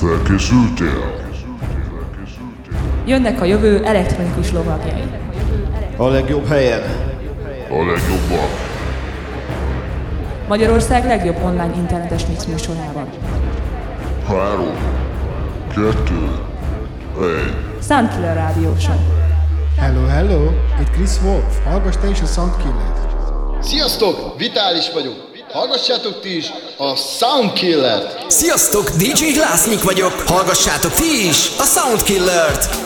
Felkészültél? Jönnek a jövő elektronikus lovagjai. A legjobb helyen. A legjobban. Magyarország legjobb online internetes mix műsorában. 3, 2, 1. Soundkiller Rádió Show. Hello, hello! Itt Chris Wolf. Hallgass te is a Soundkiller-t. Sziasztok! Vitális vagyok. Hallgassátok ti is a Soundkillert. Sziasztok! DJ Glásznyik vagyok. Hallgassátok ti is a Soundkillert.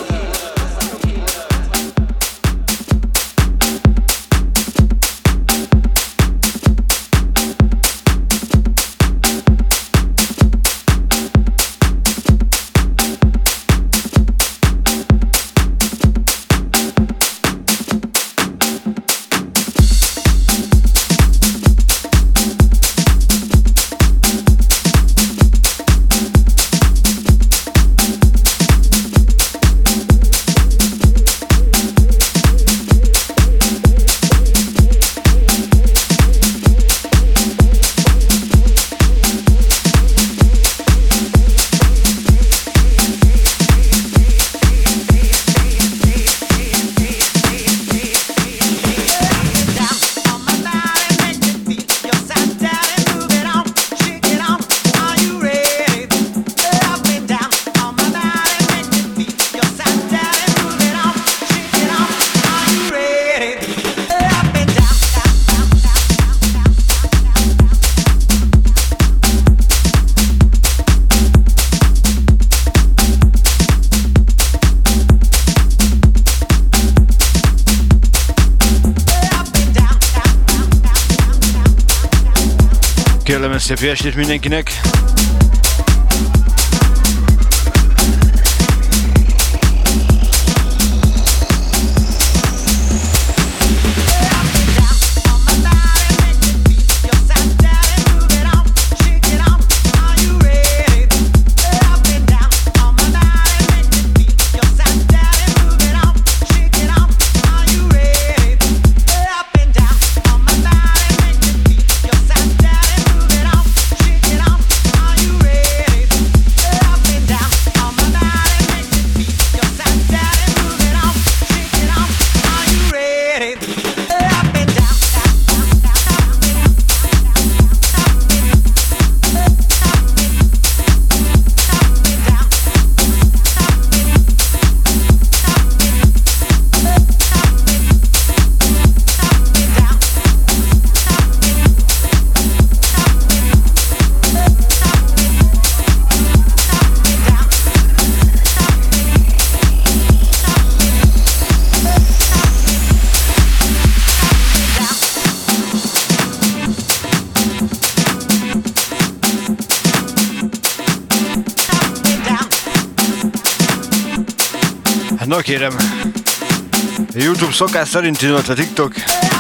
Szép jó estét mindenkinek! Na kérem, YouTube szokás szerint, illetve TikTok,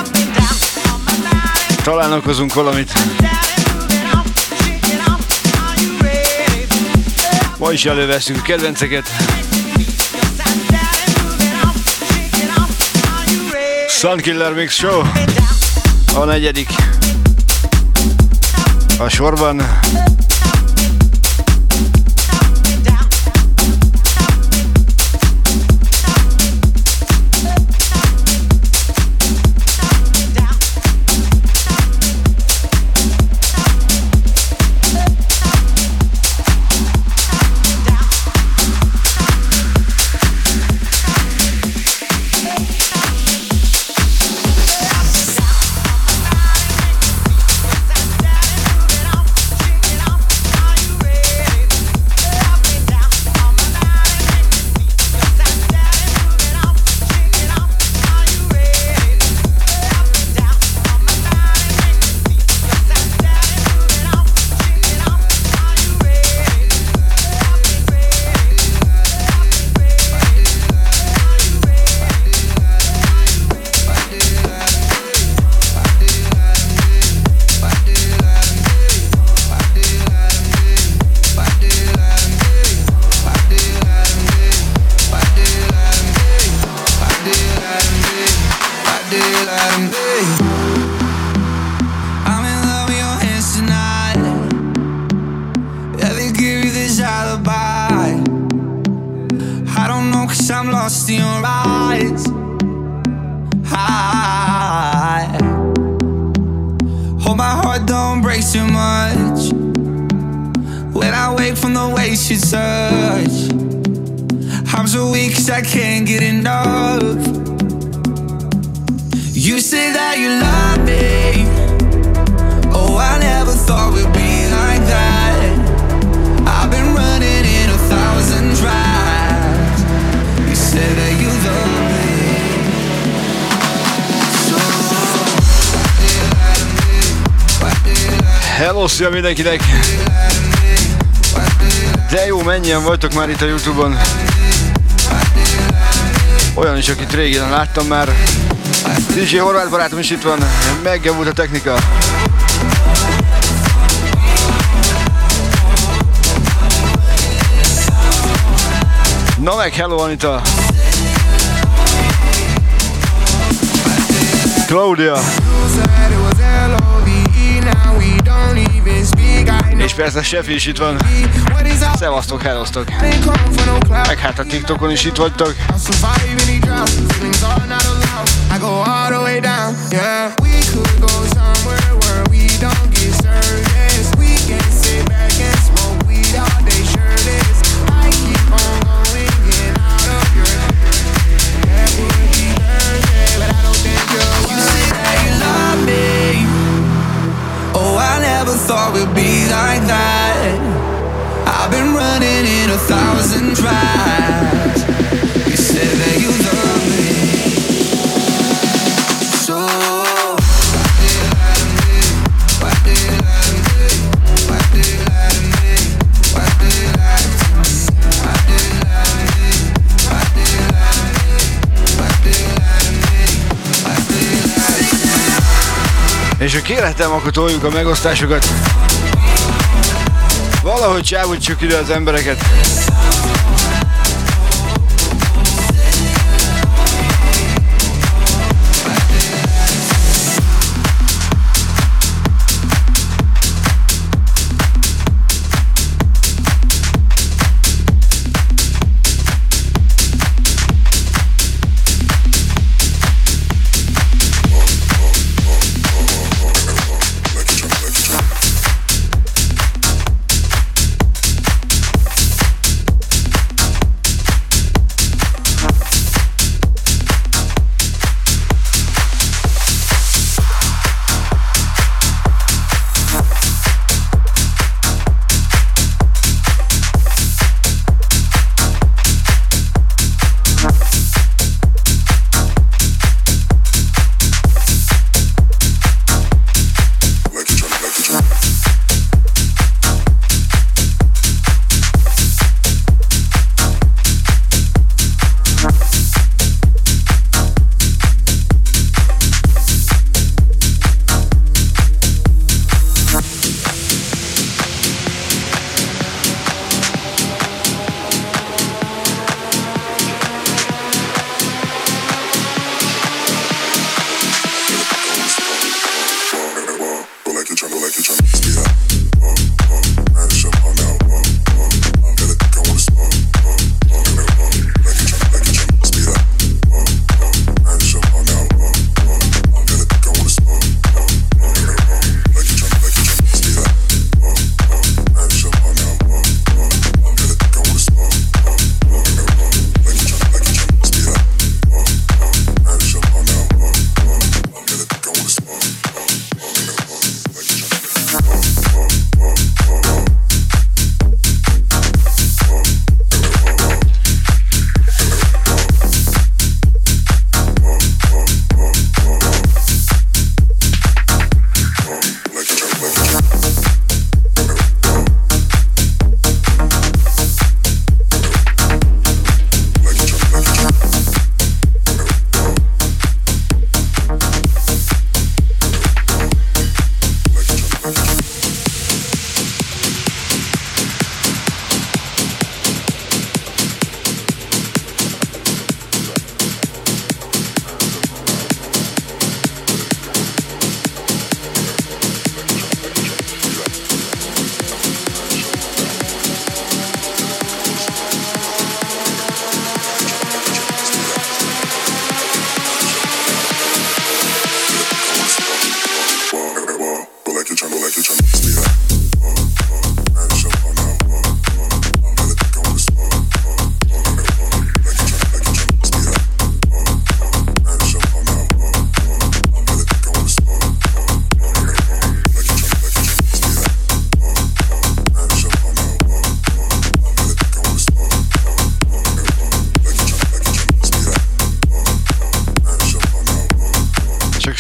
talán okozunk valamit. Ma is előveszünk a kedvenceket. Soundkiller Mix Show, a 4. a sorban. lost in your eyes. I hope my heart don't break too much when I wake from the way she touch. I'm so weak 'cause I can't get enough. You say that you love me. Oh, I never thought we'd be like that. I've been running in 1,000 drives. You say that you love me. Hello, szia mindenkinek! De jó, mennyien vagytok már itt a YouTube-on. Olyan is, akit régen láttam már. DJ Horváth barátom is itt van, megjavult a technika. Na meg, hello Anita! Claudia! És persze Sefi is itt van. Szevasztok, helloztok. Meg hát a TikTokon is itt vagytok. Thought we'd be like that. I've been running in 1,000 drives. You said that you love me. So why did you lie to me? Why did you lie to me? Why did you lie to me? Why did you lie to me? Why did you lie to me? Why did you lie to me? Why did you lie to me? Why did you lie to me? És ha kérhetem, akkor toljuk a megosztásokat. Valahogy csábítsuk ide az embereket.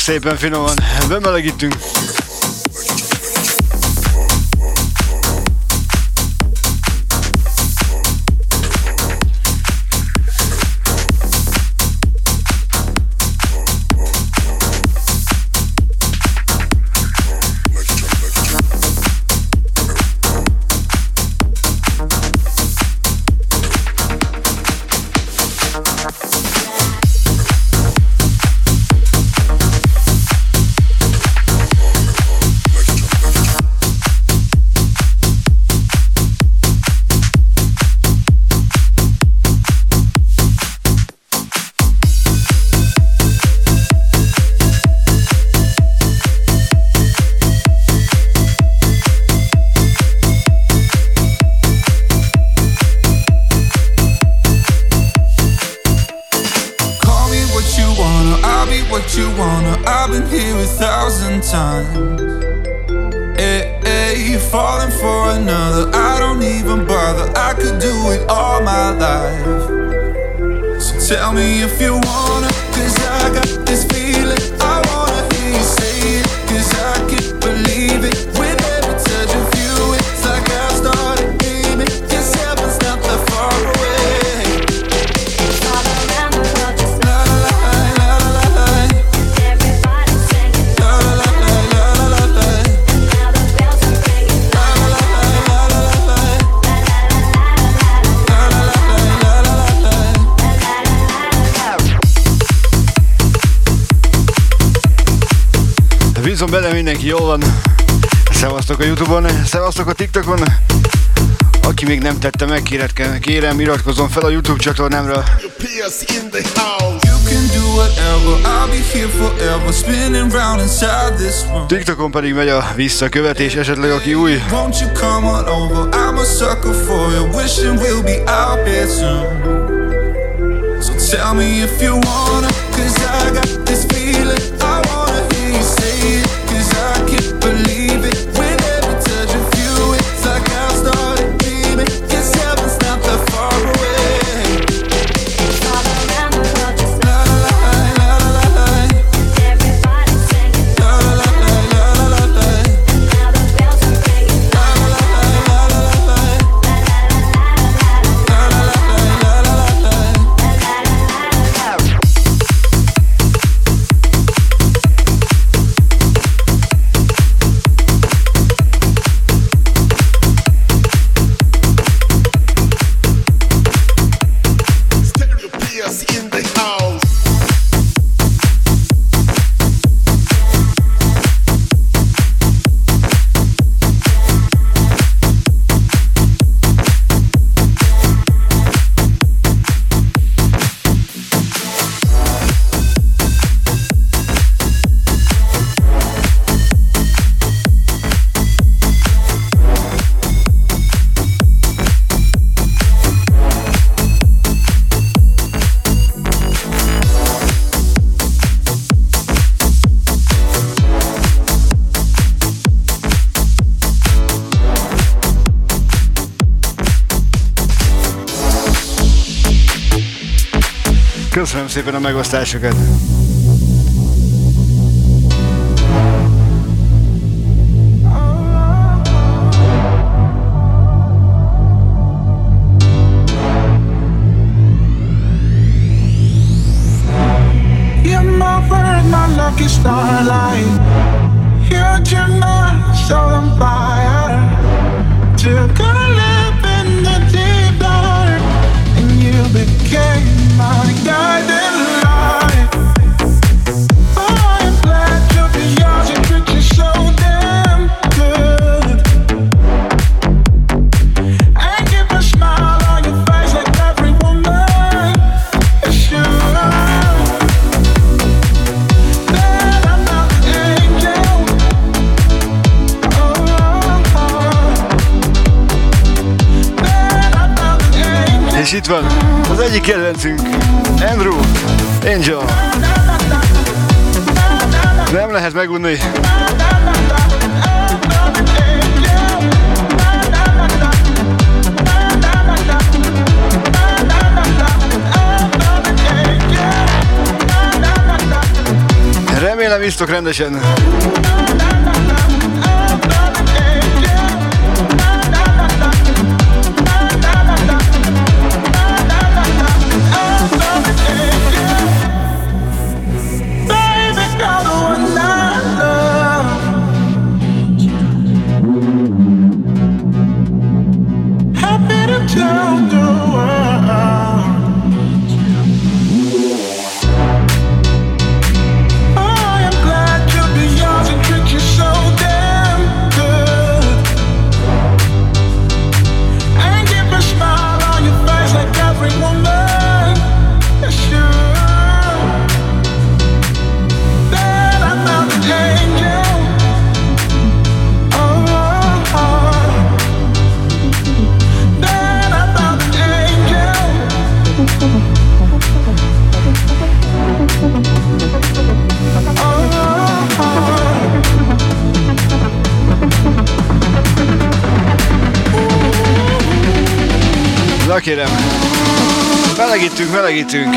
szépen finoman, bemelegítünk. Bízom bele, mindenki jól van. Szevasztok a YouTube-on, szevasztok a TikTokon. Aki még nem tette meg, kérem, iratkozzon fel a YouTube csatornámra. TikTokon pedig megy a visszakövetés, esetleg aki új. Tell me if you wanna, 'cause I got this feeling. I wanna hear you say it, 'cause I can't believe it. With every touch of you, it's like I started dreaming. Guess heaven's not that far away. All around the world, just la la la la la la. Everybody singing la la la la la la. Now the bells are ringing la la la la la la. La la la la la la la. Köszönöm szépen a megosztásokat! You're my bird, my lucky starlight. You're Gemini, so I'm fire. Took a leap in the deep dark, and you became my guiding light. Oh, I'm glad you're beyond your picture so damn good. And keep a smile on your face like every woman should. That I'm not an angel. That I'm not an angel. És itt van az egyik kedvencünk, Andrew, Angel. Nem lehet megunni. Remélem bíztok rendesen. Kérem, melegítünk.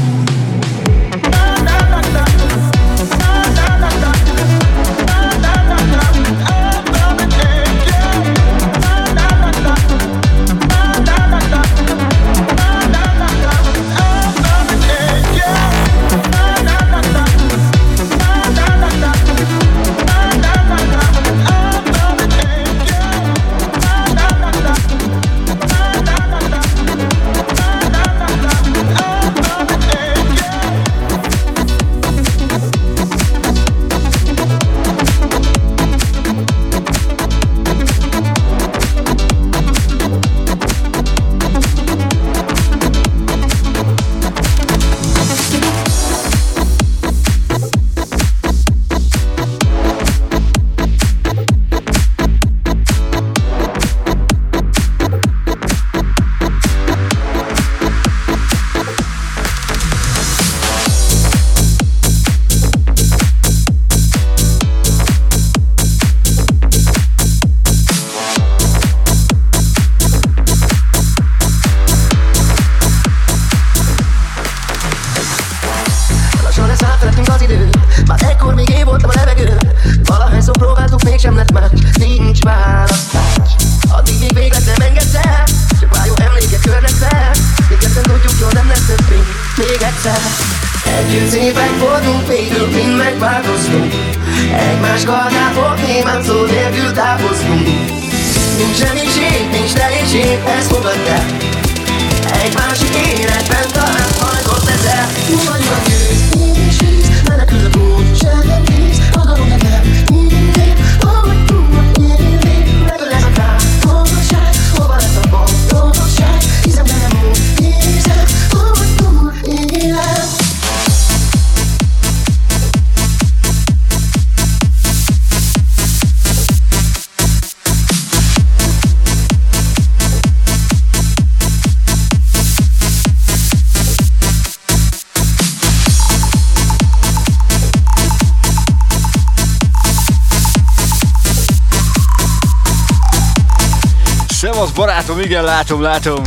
Barátom, igen, látom.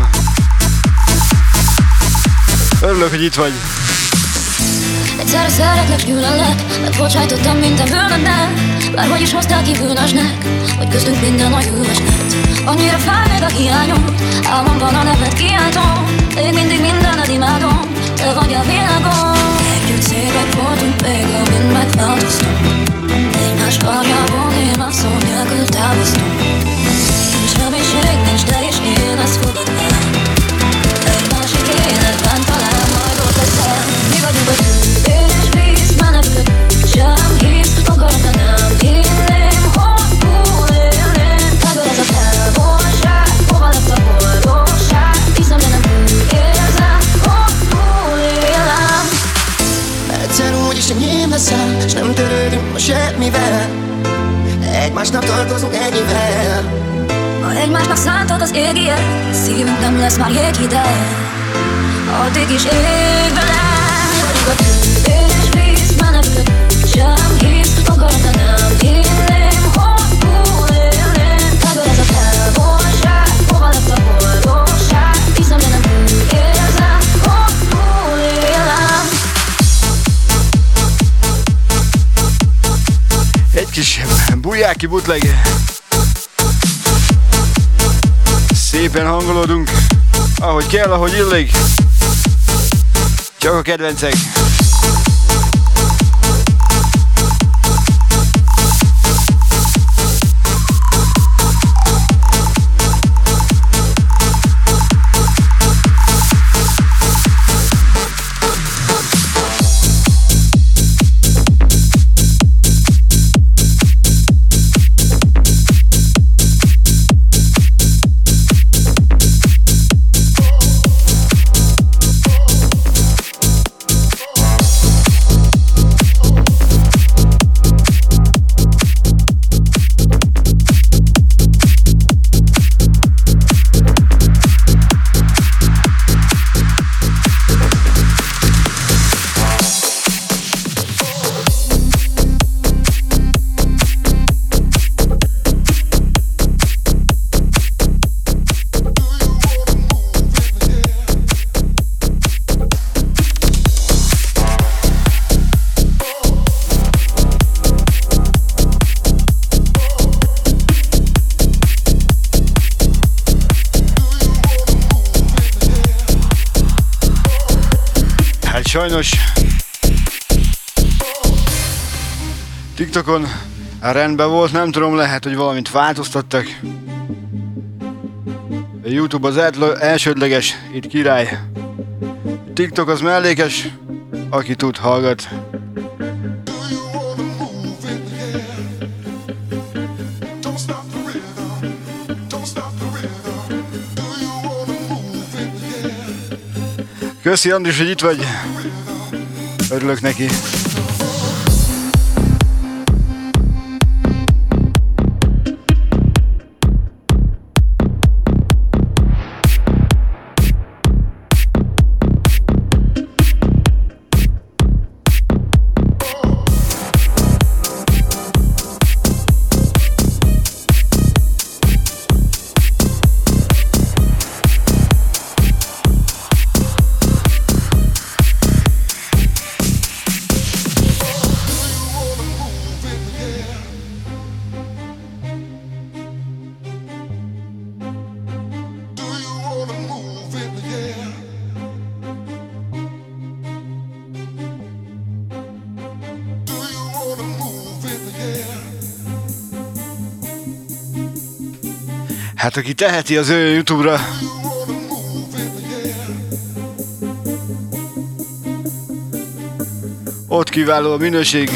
Örülök, hogy itt vagy. Egyszerre szeretlek, s gyűlöllek, megbocsájtottam minden bűnödnek. Bárhogy is hoztál ki bűnösnek, hogy köztünk minden nagy hűvös lett. Annyira fáj meg a hiányom, álmomban a nevet kiáltom. Még mindig mindened imádom, te vagy a világom. Együtt szépek voltunk, végül mind megváltoztunk. Egymás karjában én a szó nélkül távoztunk. Semmiség nincs, de is én ezt fogod el. Egy másik életben talán majd ott leszel. Mi vagyunk a tűz, én és víz, menekül, sem hisz. Akarod, de nem hinném, hogy túlélném. Ebből ez a távolság, hova lett a boldogság? Hiszem, de nem úgy érzem, hogy túlélem. Egyszer úgyis enyém leszel, s nem törődünk ma semmivel. Egymásnak tartozunk ennyivel. Ha egymásnak szántad az égiek, szívünk nem lesz már jéghideg. Addig is ég velem. Vagyunk a tűz és víz, menekül, sem hisz. Akarod, de nem hinném, hogy túlélném. Ebből ez a távolság, hova lett a boldogság? Hiszem, de nem úgy érzem, hogy túlélem. Fújják ki bootleg. Szépen hangolódunk, ahogy kell, ahogy illik. Csak a kedvencek. Sajnos TikTokon rendben volt, nem tudom, lehet, hogy valamit változtattak. A YouTube az elsődleges, itt király. TikTok az mellékes, aki tud, hallgat. Köszi Andris, hogy itt vagy. Örülök neki. Hát aki teheti, az ő YouTube-ra. Ott kiváló a minőség.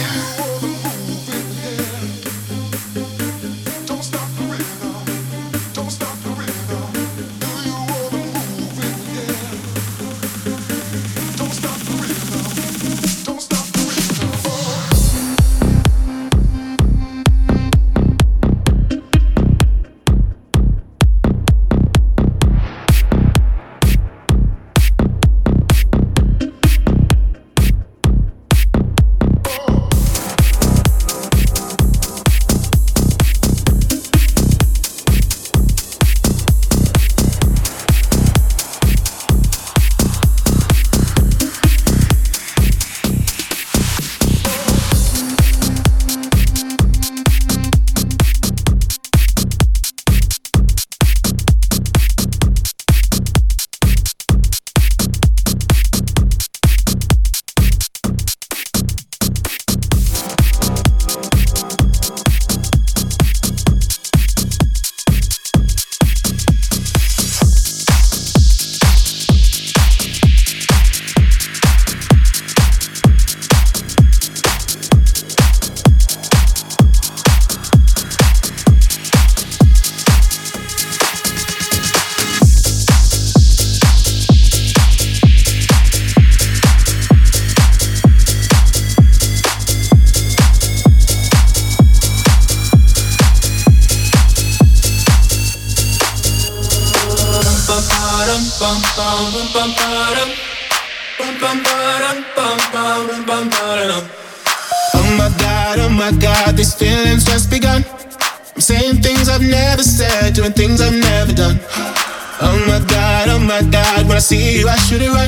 Oh my God, these feelings just begun. I'm saying things I've never said, doing things I've never done. Oh my God, when I see you, I shoot it right.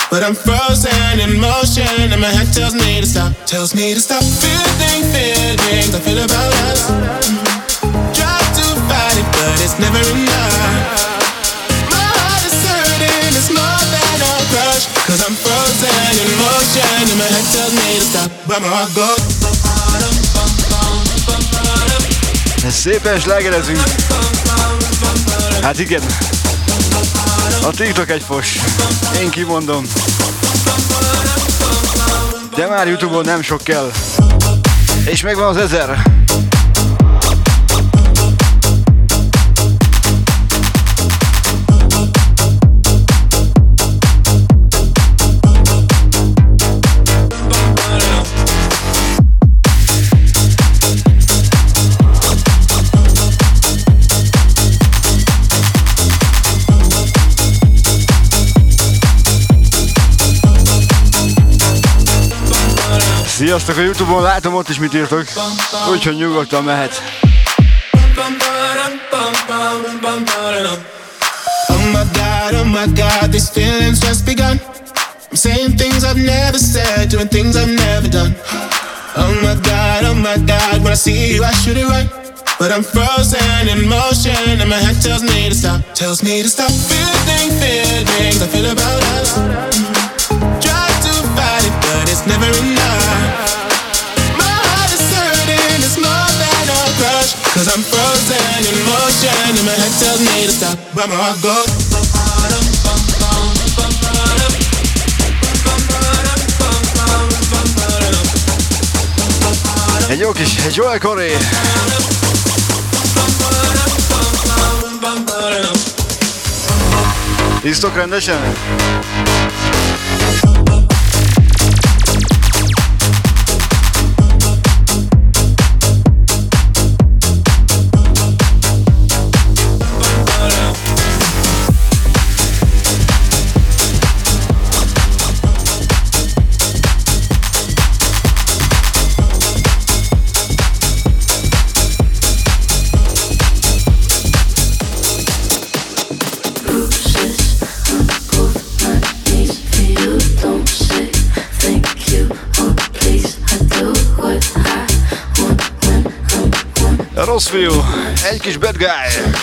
but I'm frozen in motion, and my head tells me to stop. Tells me to stop feeling feelings I feel about us. Try to fight it, but it's never enough. My heart is hurting, it's more than a crush. Cause I'm frozen in motion, and my head tells me to stop, but my heart goes. Szépen slágerezünk. Hát igen. A TikTok egy fos. Én kimondom. De már YouTube-on nem sok kell. És megvan az 1000. Sziasztok a YouTube-on, látom ott is mit írtok, úgyhogy nyugodtan mehet. Oh my God, these feelings just begun. I'm saying things I've never said, doing things I've never done. Oh my God, when I see you I should it right. But I'm frozen in motion, and my head tells me to stop. Tells me to stop feeling feelings I feel about us. Try to fight it, but it's never enough. My heart is hurting, it's more than a crush. Cause I'm frozen in motion, and my head tells me to stop, but my heart goes. Egy jó kis, egy Joel Corey. Isztok rendesen? Rossz fiú, egy kis bad guy.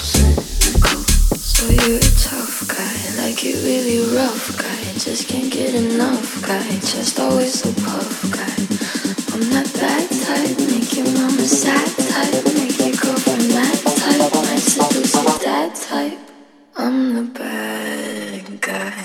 So you're a tough guy, like you really rough guy. Just can't get enough guy, just always so puff guy. I'm that bad type, make your mama sad type, make your girlfriend mad type, might seduce your dad type. I'm the bad guy.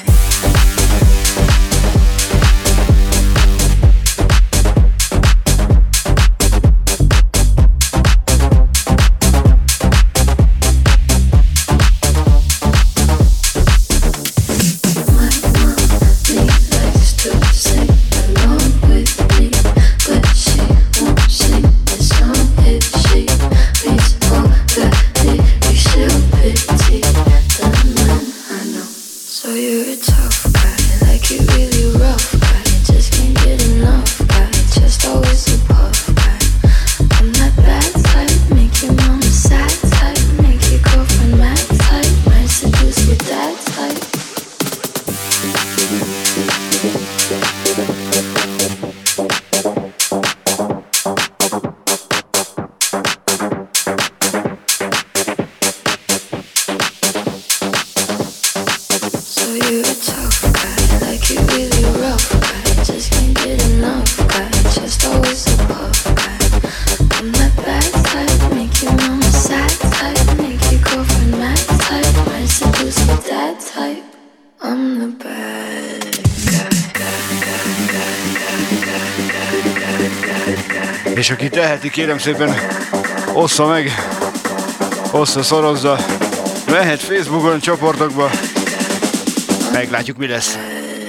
És aki teheti, kérem szépen, ossza meg, ossza, szorozza, mehet Facebookon, csoportokba, meglátjuk mi lesz.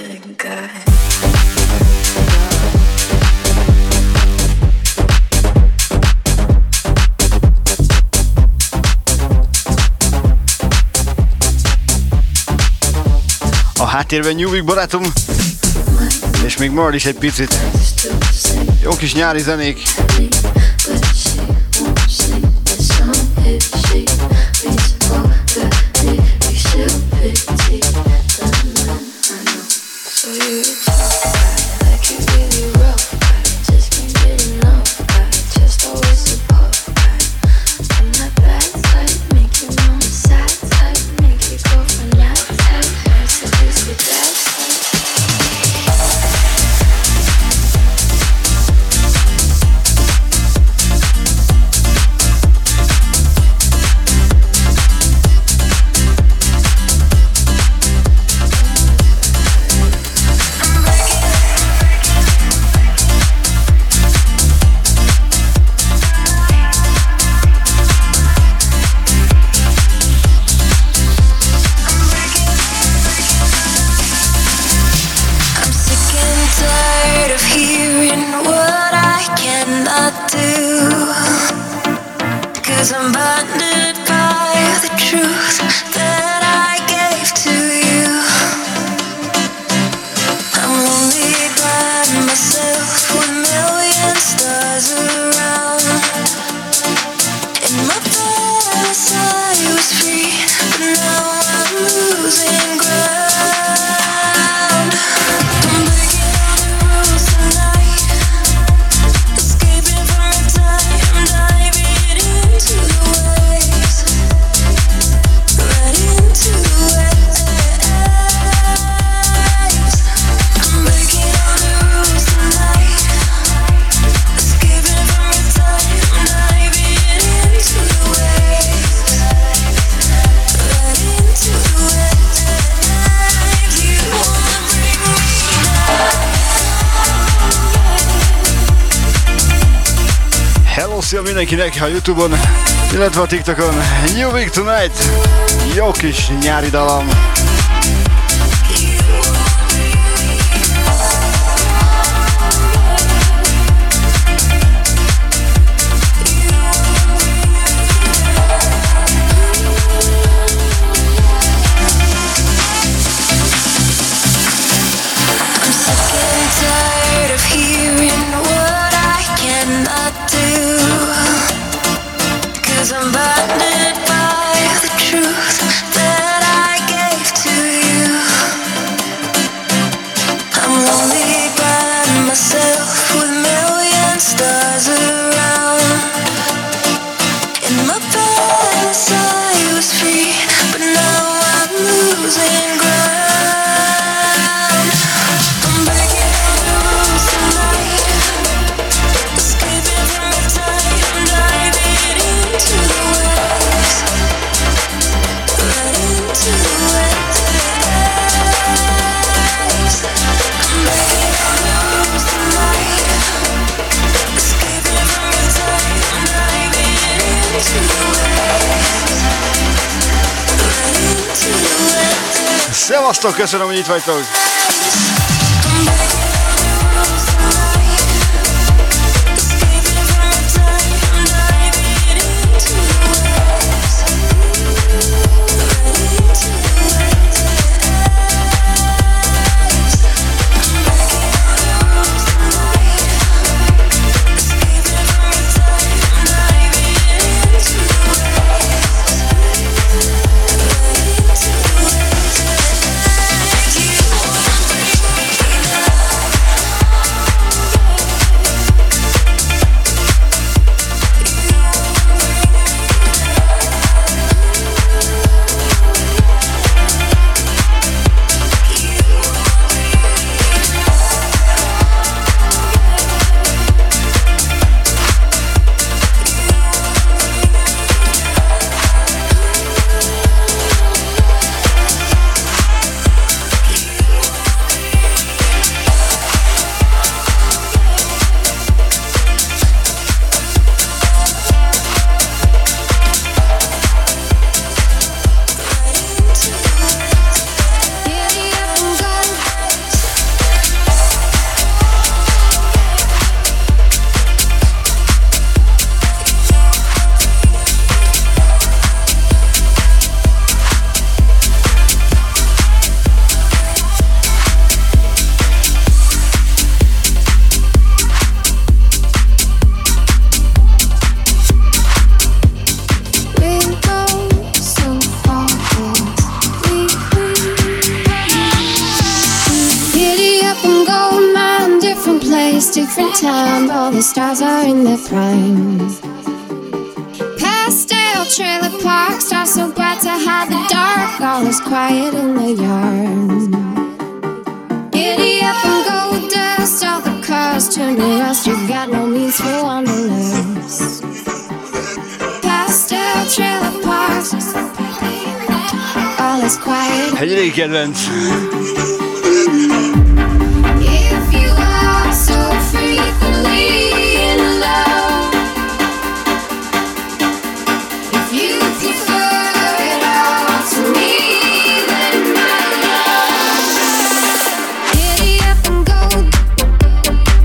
A háttérben nyúlik barátom, és még marad is egy picit. Jó kis nyári zenék. So blinded by the truth that I gave to you. I'm lonely by myself with million stars around. In my past I was free, but now I'm losing ground. I'm breaking all the rules tonight, escaping from the time, diving into the waves, right into the waves. I'm breaking all the rules tonight, escaping from the time, diving into the waves, right into the waves. You wanna bring me down. Hello, szia mindenkinek a Youtube-on, illetve a TikTokon. New Week Tonight, jó kis nyári dalom. I'm sick and tired of hearing what I cannot do, 'cause I'm blinded by the truth that I gave to you. I'm lonely by myself with million stars around. In my past I was free, but now I'm losing ground. I'm breaking all the rules tonight, escaping from the time, diving into the waves, right into the waves. I'm breaking all the rules tonight, escaping from the time, diving into the waves, right into the waves. Szevasztok, köszönöm, hogy itt vagytok. Different time, all the stars are in their prime. Pastel trailer park, stars so bright to hide the dark. All is quiet in the yard. Giddy up and gold dust, all the cars turn to rust. You got no means for wanderlust. Pastel trailer parks, all is quiet. Egy régi kedvenc.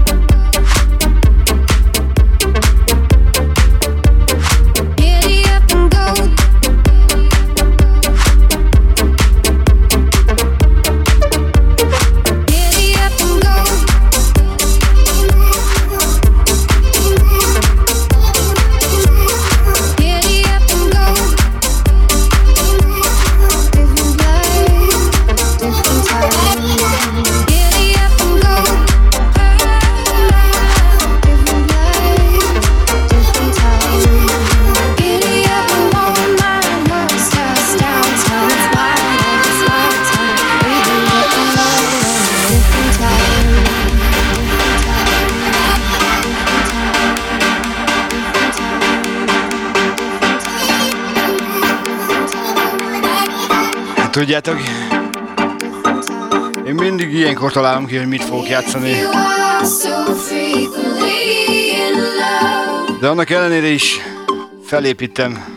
Giddy up Tudjátok, én mindig ilyenkor találom ki, hogy mit fogok játszani. De annak ellenére is felépítem.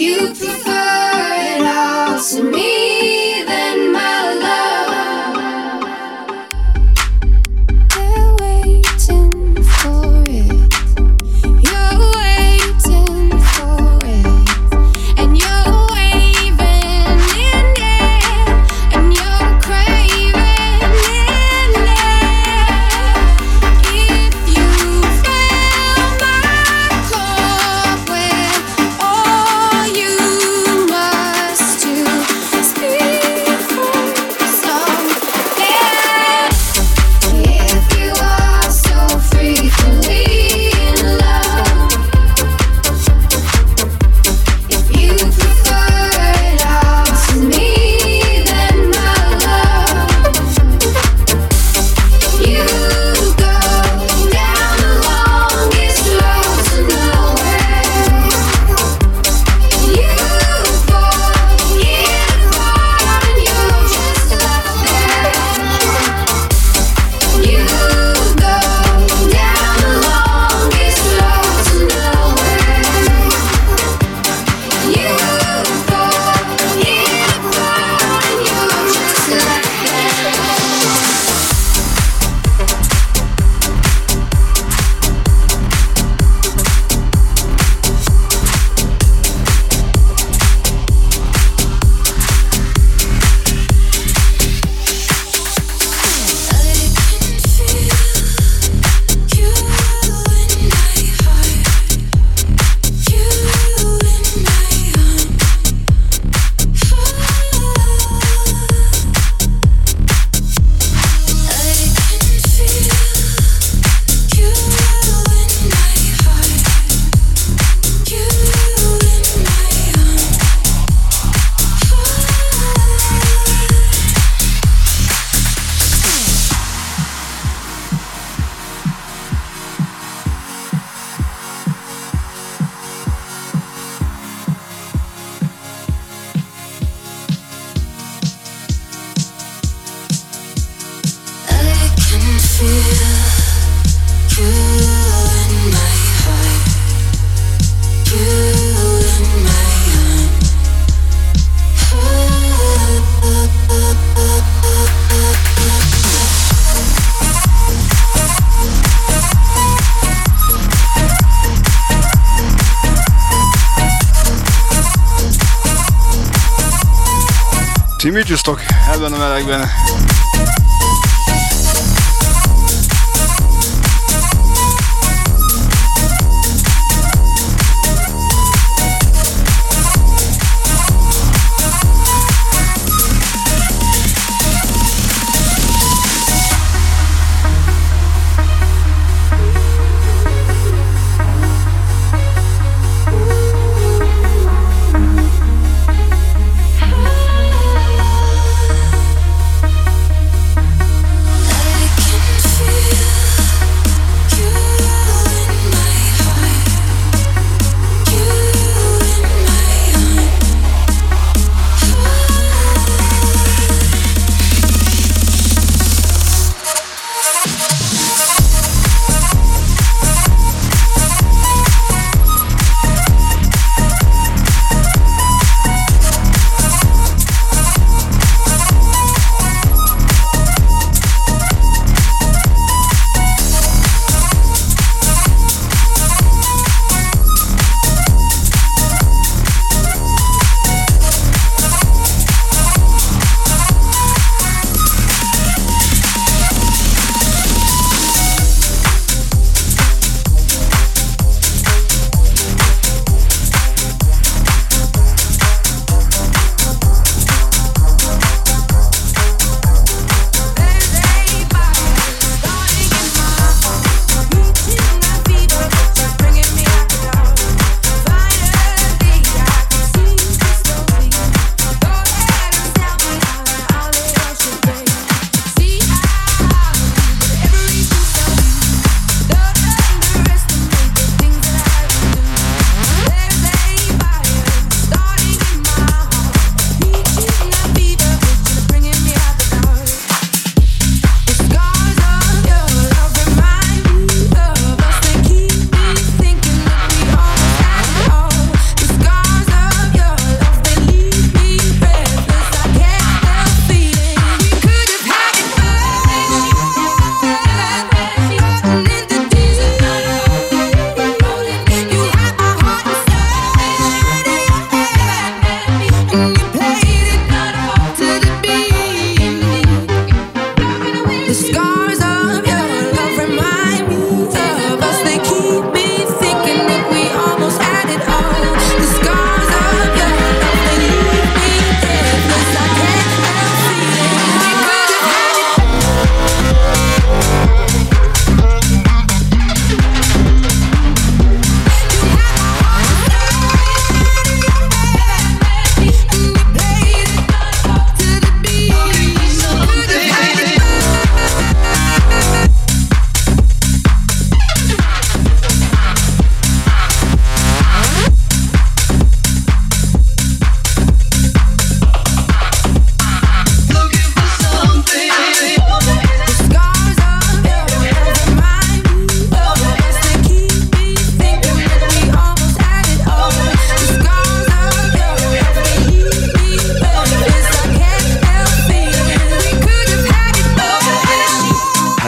Ti mit jusztok ebben a melegben?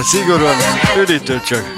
Szigorúan üdítő csak.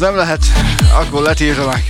nem lehet, akkor letiltanak.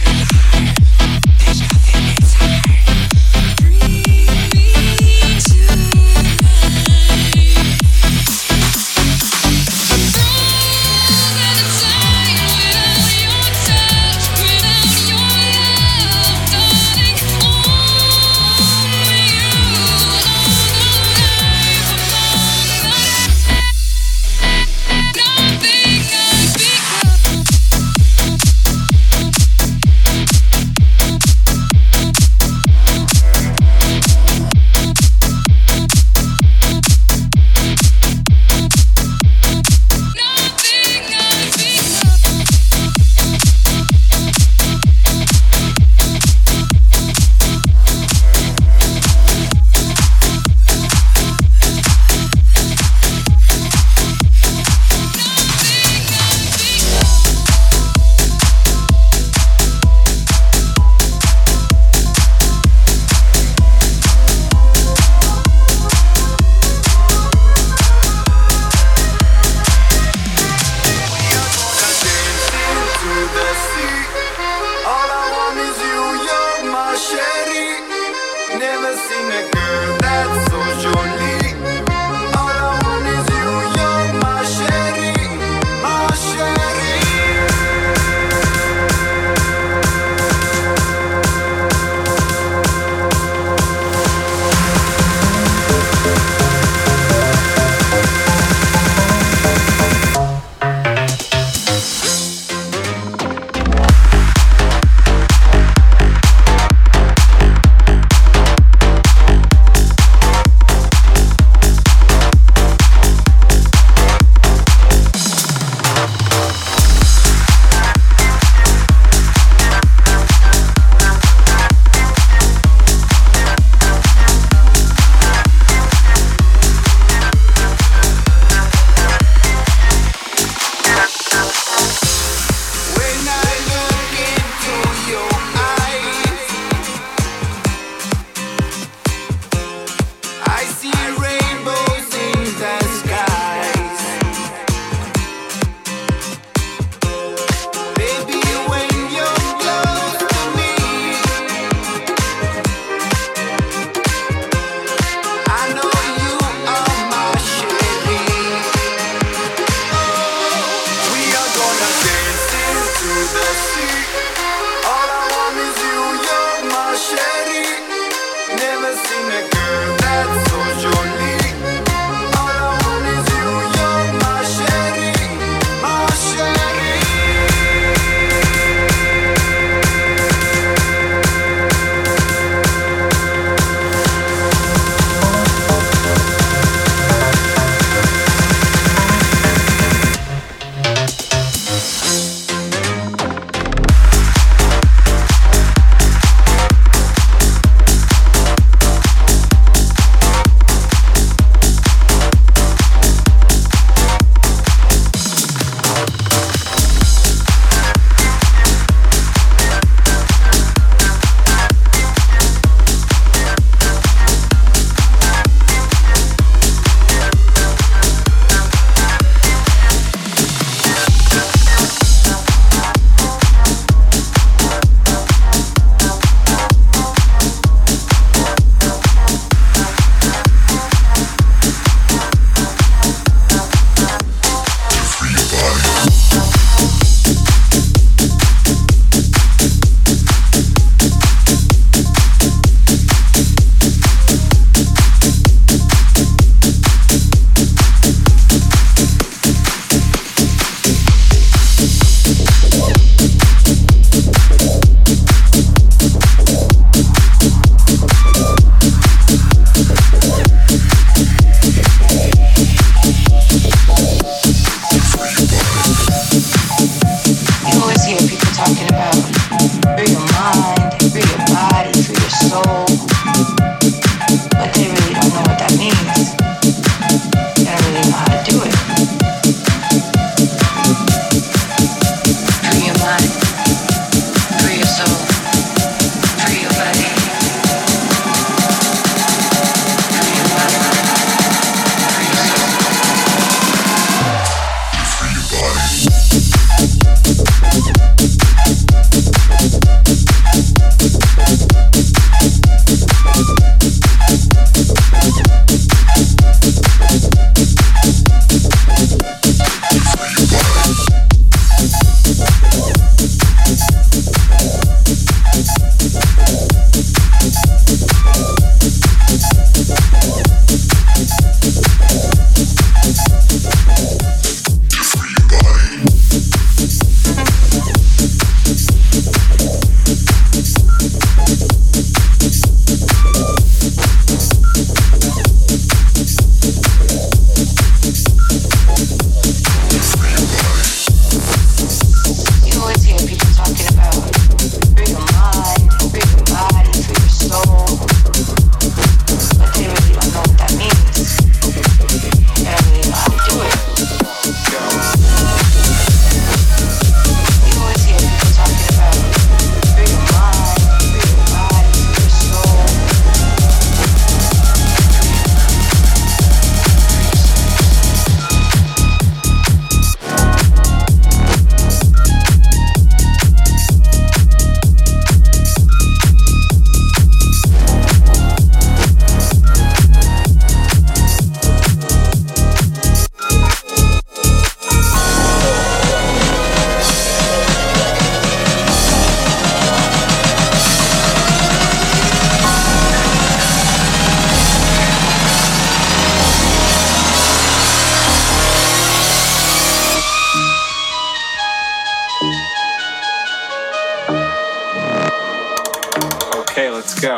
Okay, let's go.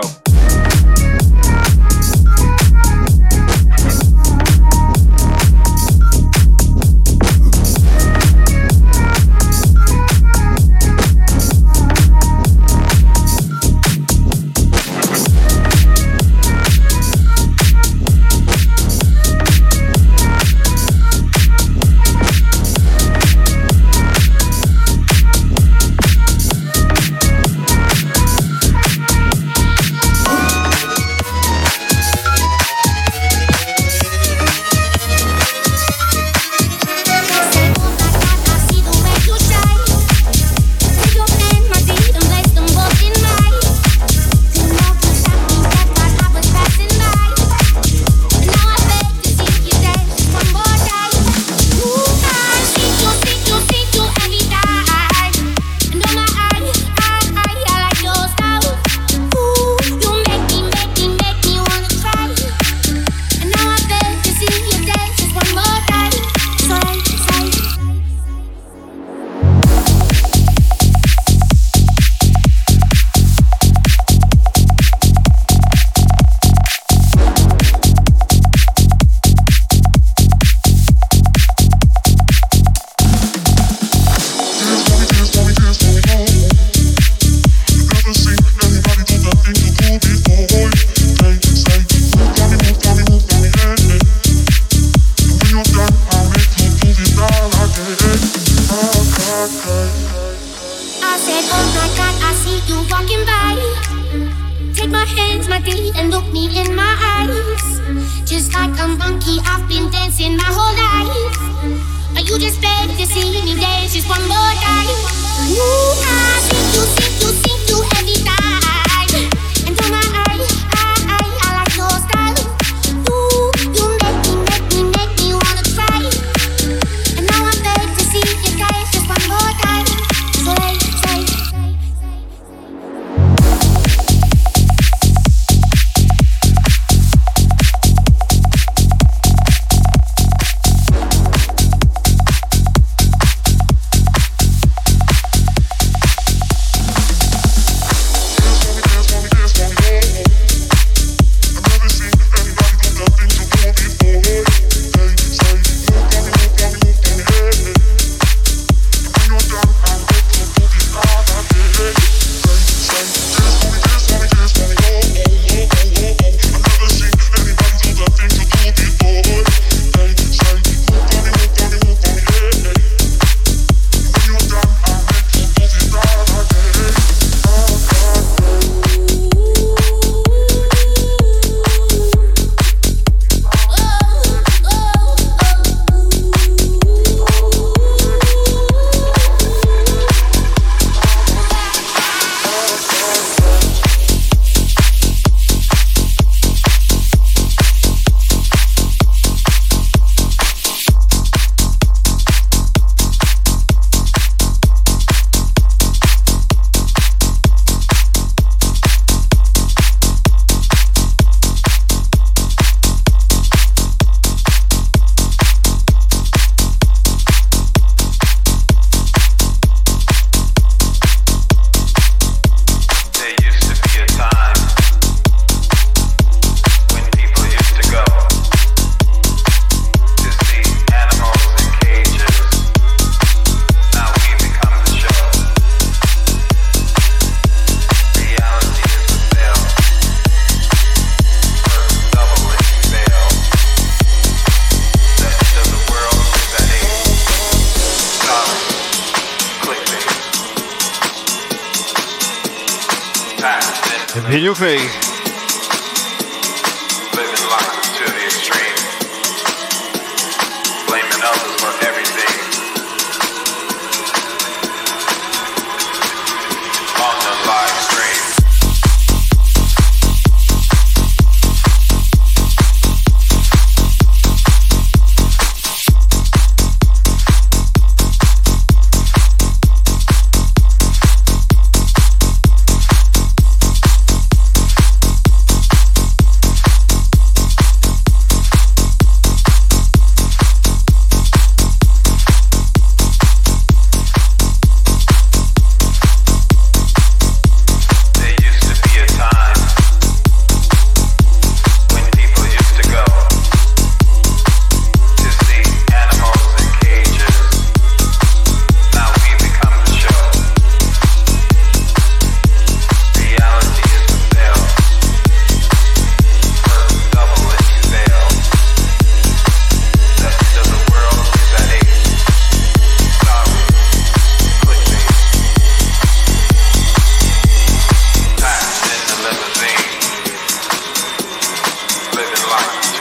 Hívjuk még!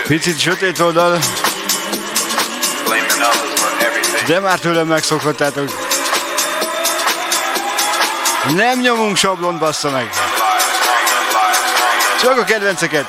Picit sötét oldal, de már tőlem megszokhattátok. Nem nyomunk sablont, bassza meg. Csak a kedvenceket.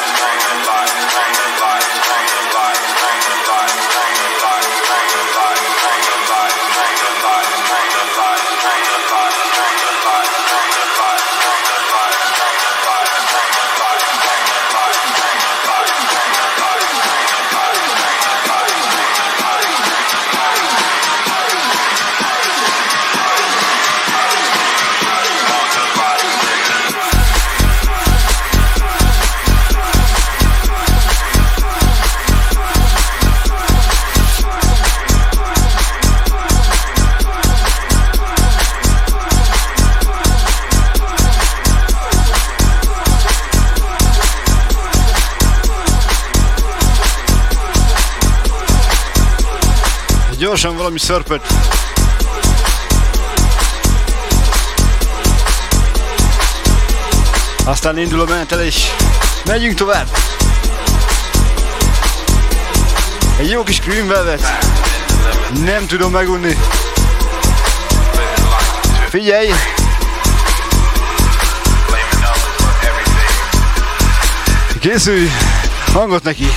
Gyorsan valami szörpöt. Aztán indul a menetelés. Megyünk tovább. Egy jó kis Green Velvet. Nem tudom megunni. Figyelj! Készülj! Hangot neki!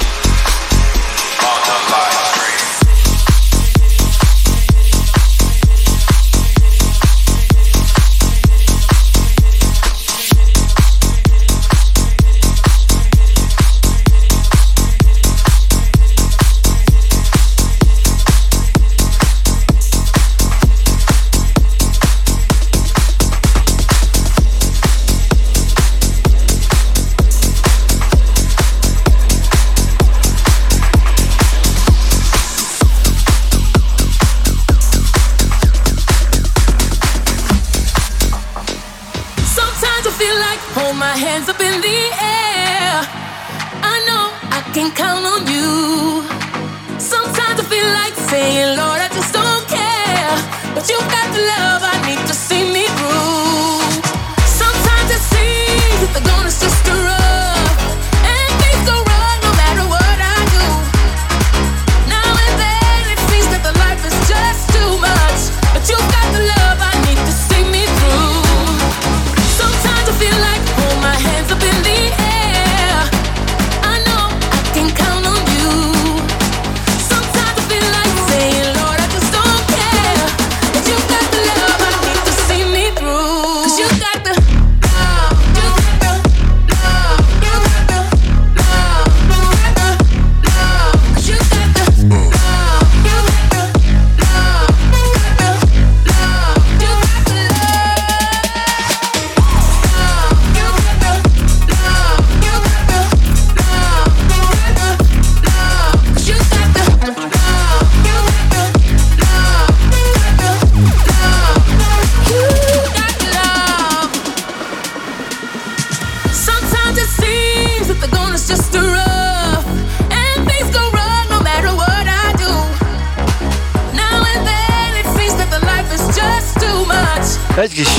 Egy kis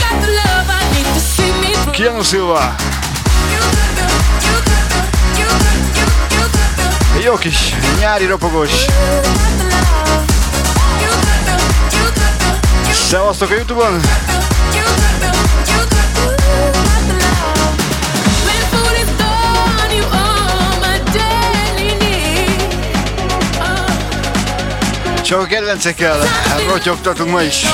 Keanu Silva. Jó kis nyári ropogós. Szevasztok a YouTube-on! Csak a kedvencekkel rotyogtatunk ma is.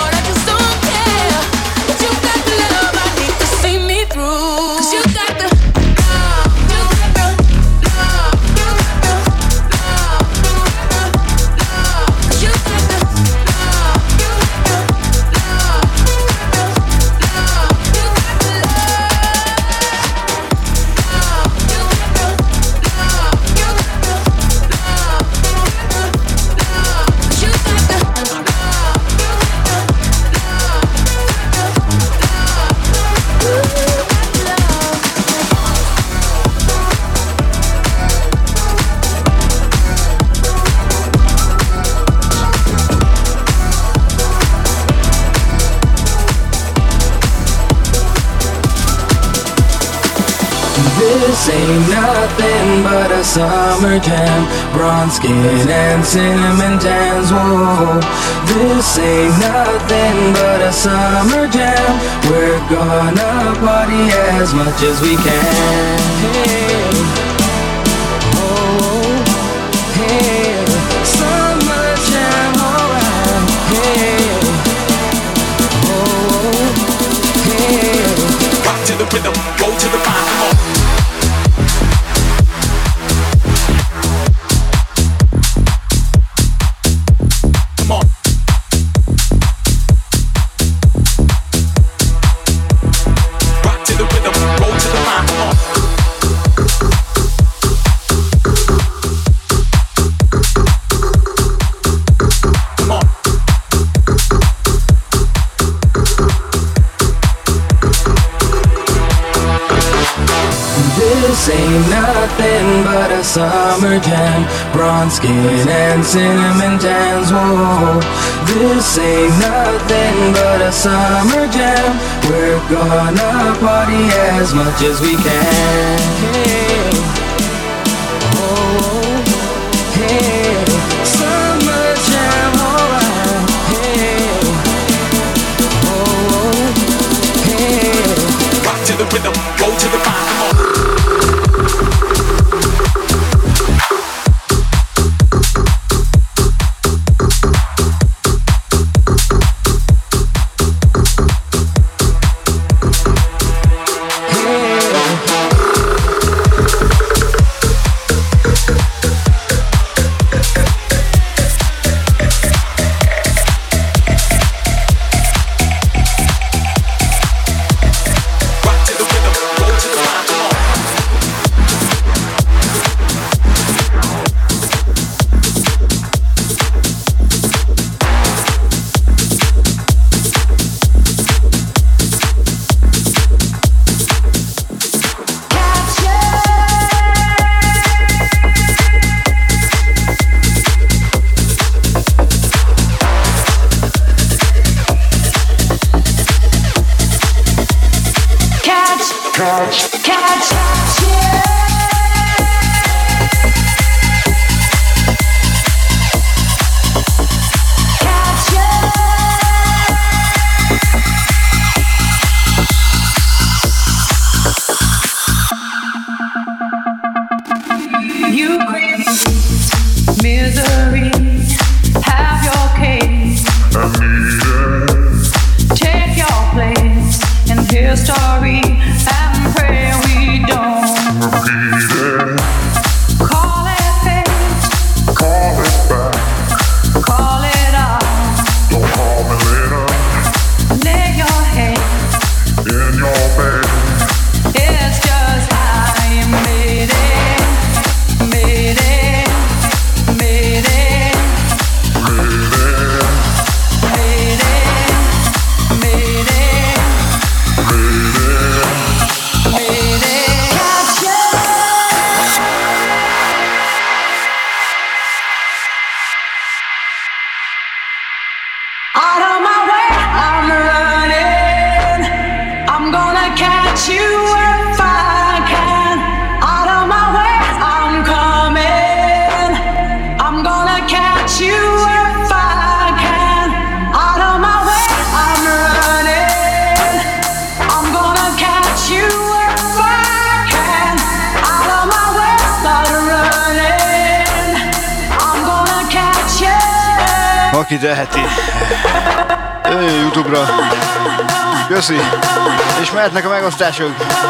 This ain't nothing but a summer jam. Bronze skin and cinnamon tans. Whoa, this ain't nothing but a summer jam. We're gonna party as much as we can. Hey, oh, hey, summer jam, alright. Hey, oh, hey, rock to the rhythm, roll to the vibe. This ain't nothing but a summer jam. Bronze skin and cinnamon tans. Whoa, this ain't nothing but a summer jam. We're gonna party as much as we can. Hey, oh, hey, summer jam, alright. Hey, oh, hey, rock to the rhythm, roll to the vibe. Aki teheti, jöjjön YouTube-ra, köszi, és mehetnek a megosztások.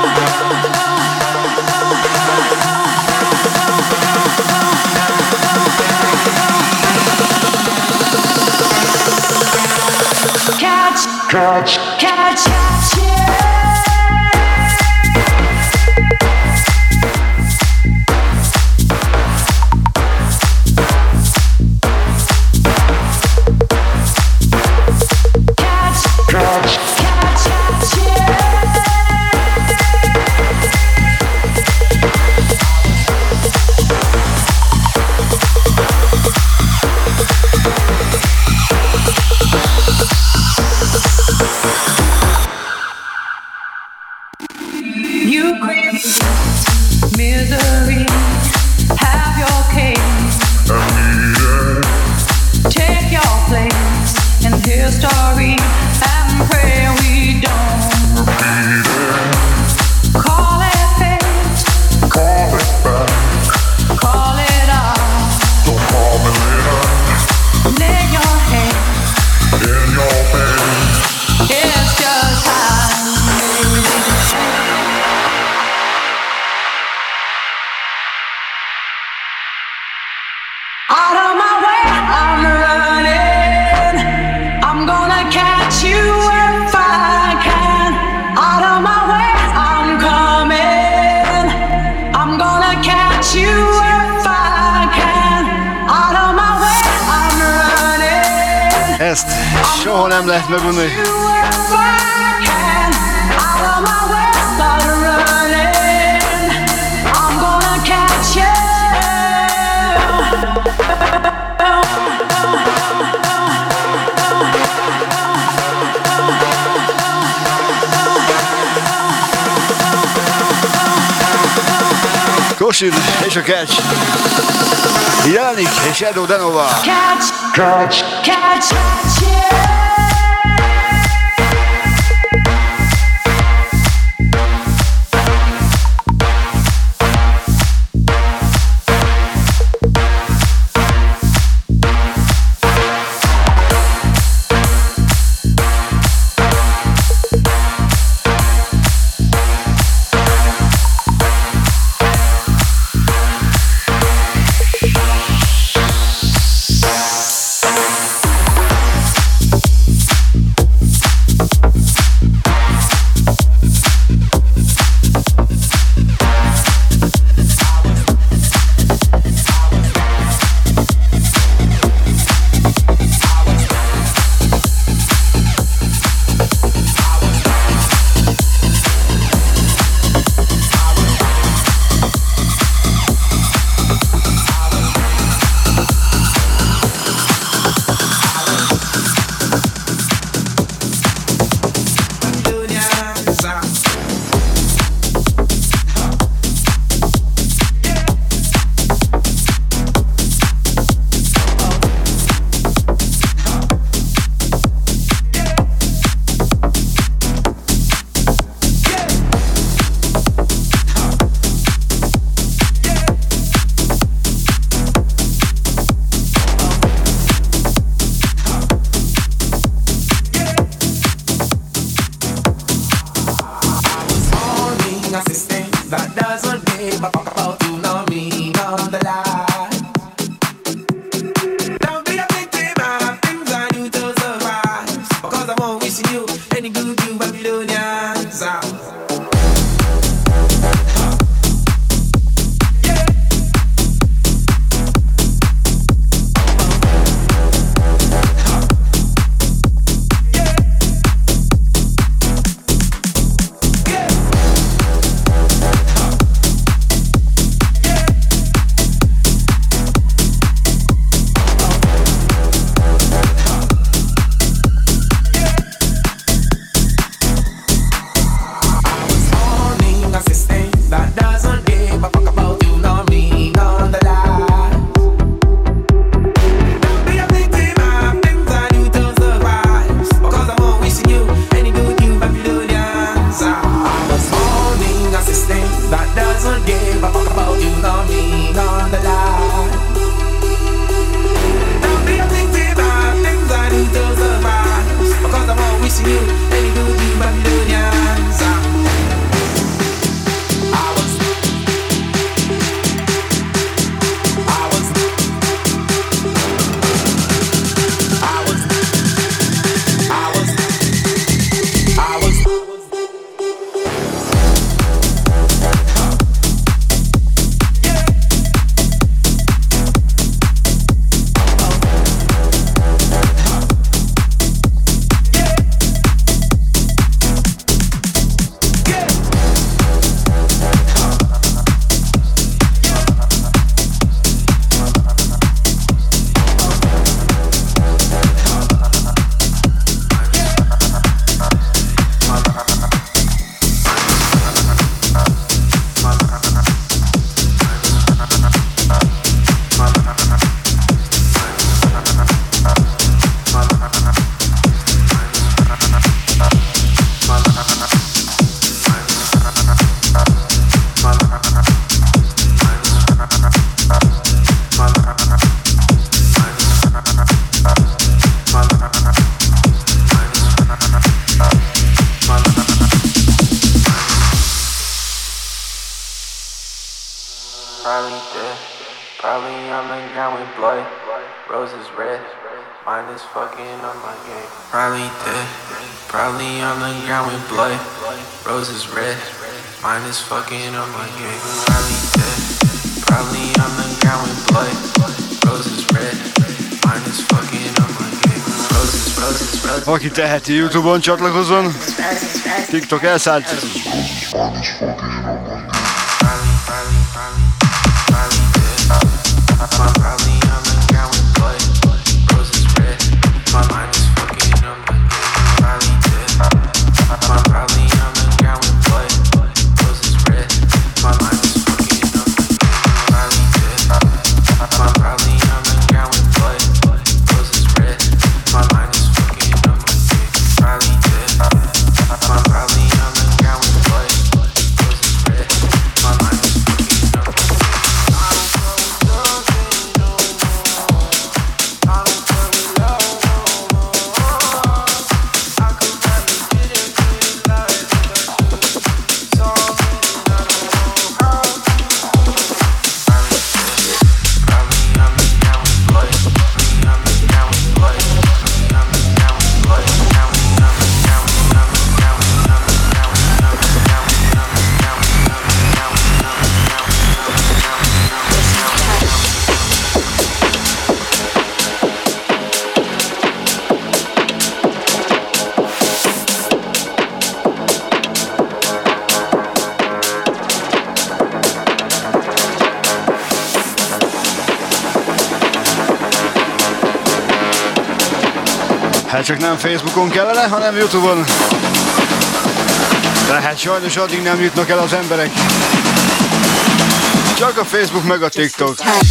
Catch, catch, you create misery, have your case, take your place in history and pray we don't repeat it. Call it fate, call it back, call it off. Don't call me later. Lay your hand in your face. It's just time, baby. Out of my way, I'm running. I'm gonna catch you if I can. Out of my way, I'm coming. I'm gonna catch you if I can. Out of my way, I'm running. Ezt soha nem lehet megunni. Kosid és a Catch. Jelenik és Edo Denova. Catch, catch, catch, yeah. dead. Probably on the ground with blood. Roses red. Mine is fucking on my game. Probably dead. Probably on the ground with blood. Roses red. Mine is fucking on my game. Probably dead. Probably on the ground with blood. Roses red. Mine is fucking on my game. Roses, roses, roses. Aki teheti, YouTube-on csatlakozzon. TikTok elszállt. Hát csak nem Facebookon kellene, hanem YouTube-on. De hát sajnos addig nem jutnak el az emberek. Csak a Facebook meg a TikTok.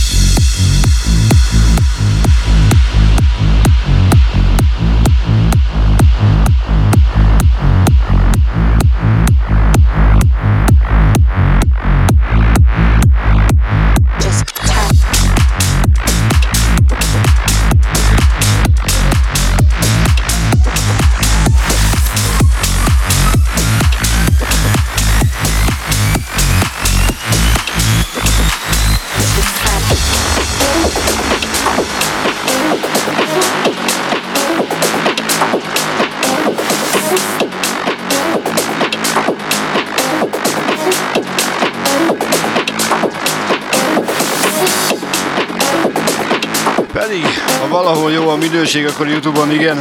Ha valahol jó a minőség, akkor YouTube-on igen.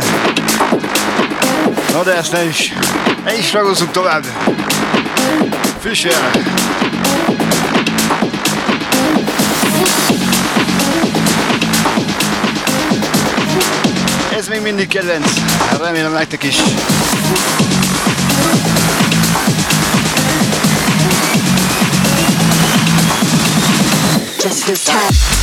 Na de ezt ne is ragozzuk tovább. Fischer. Ez még mindig kedvenc. Remélem nektek is. Just this time.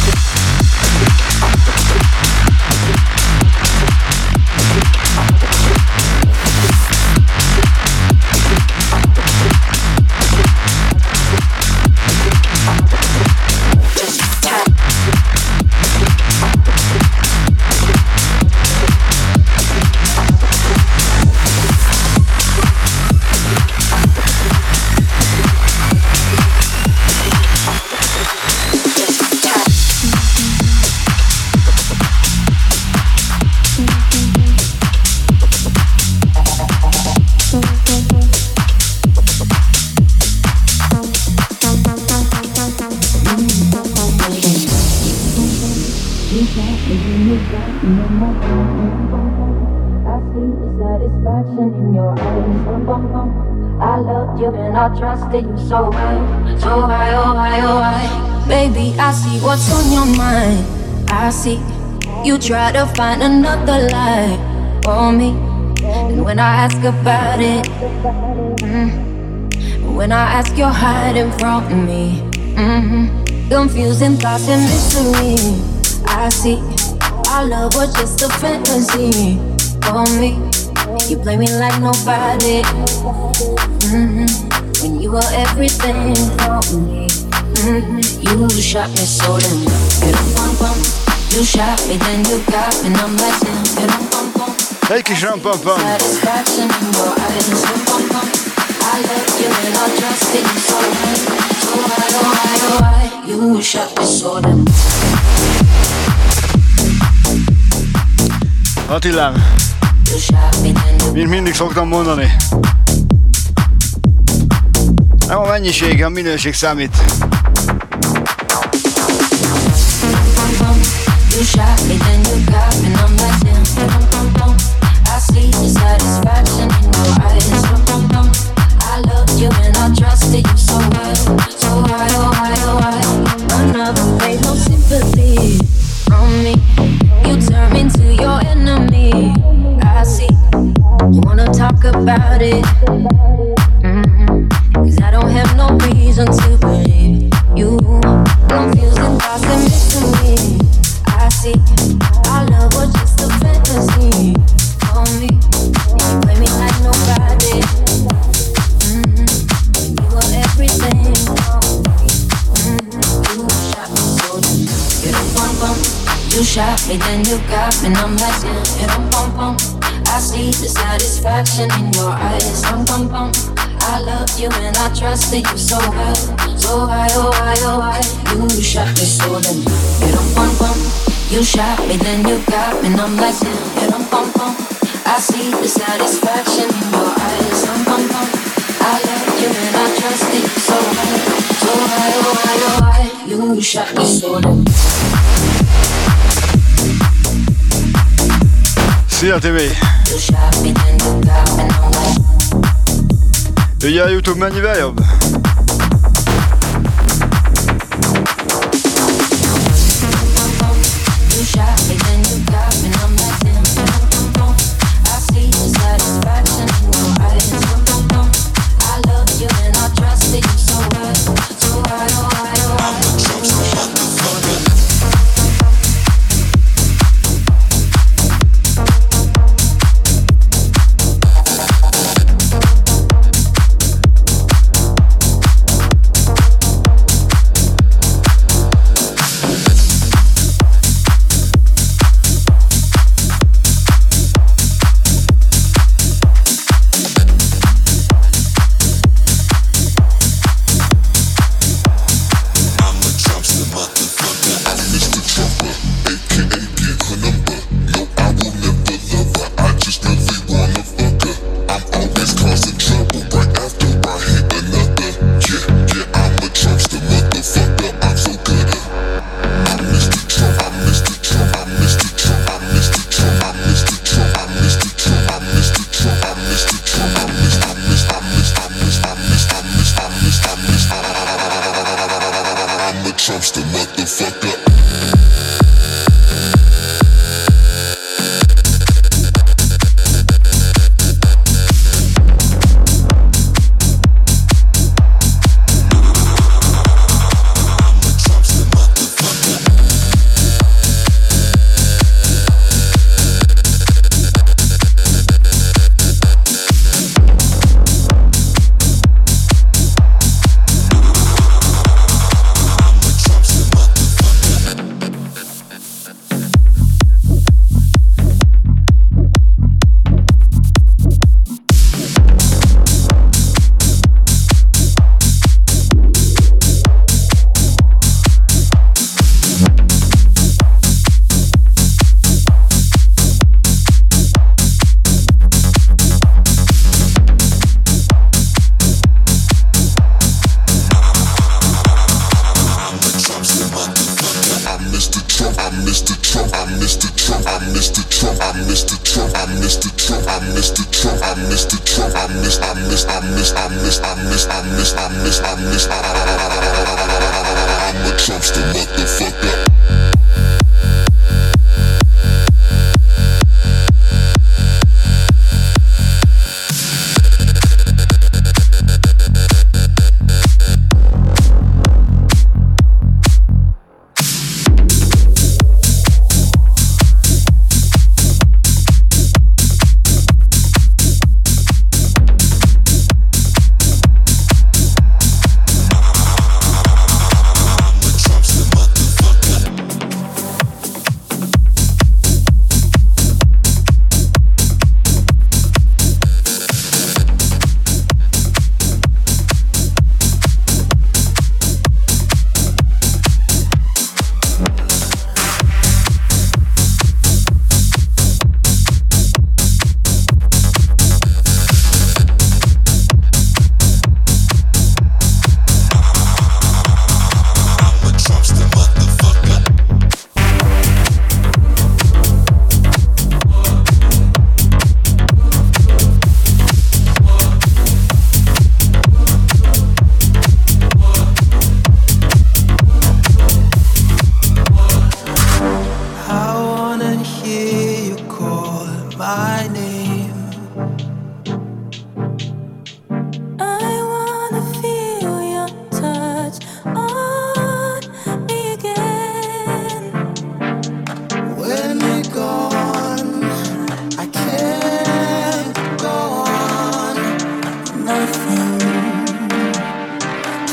Trusted you so well, so high, oh high, oh high. Baby, I see what's on your mind. I see you try to find another lie for me. And when I ask about it, when I ask, you're hiding from me. Confusing thoughts and mystery. I see our love was just a fantasy for me. You play me like nobody. When you were everything for me. You shot me so damn good. You shot me, then you got me, and I'm like damn. Egy kis ram-pam-pam. Satisfaction in your eyes. I love you and I trusted you so high, so high, oh high, oh high. You You shot me so damn. Attilám, mint mindig szoktam mondani, nem a mennyiség, a minőség számít. You shot me, then you got me, and I'm like damn. I see the satisfaction in your eyes. I loved you and I trusted you so well. So why, oh why, oh why? Another made no sympathy from me. You turn me to your enemy. I see you wanna talk about it. Cause I don't have no reason to believe you. Confusing thoughts and mystery. I see our love was just a fantasy for me. You play me like nobody. You were everything for me. You shot me so damn. Get up, bum bum. You shot me, then you got me, and I'm like damn. Get up, bum bum. I see the satisfaction in your eyes. Bum bum bum. I loved you and I trusted you so well. So why, oh why, oh why? You shot me so damn. Get up, bum bum. You shot me, then you got me, and I'm like damn. Get up, bum bum. I see the satisfaction in your eyes. Bum bum bum. I loved you and I trusted you so well. So why, oh why, oh why? You shot me so damn. Szia TV! You shot me, then you got me, and I'm like. Ugye a YouTube mennyivel jobb? You shot me, then you got me, and I'm like damn. I see the satisfaction in your eyes. I loved you and I trusted you so well. So why, oh why, oh why?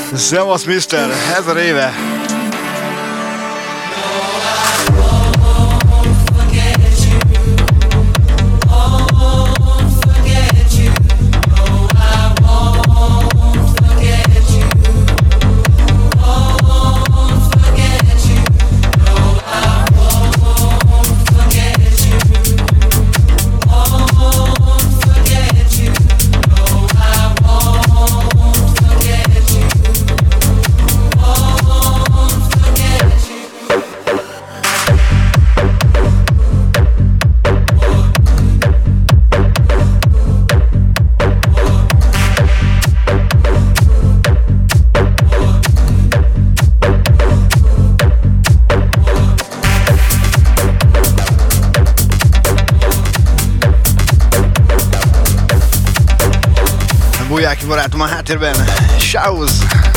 Szevasz, mister! 1000 éve! Bújjáki barátom a háttérben, Shouz!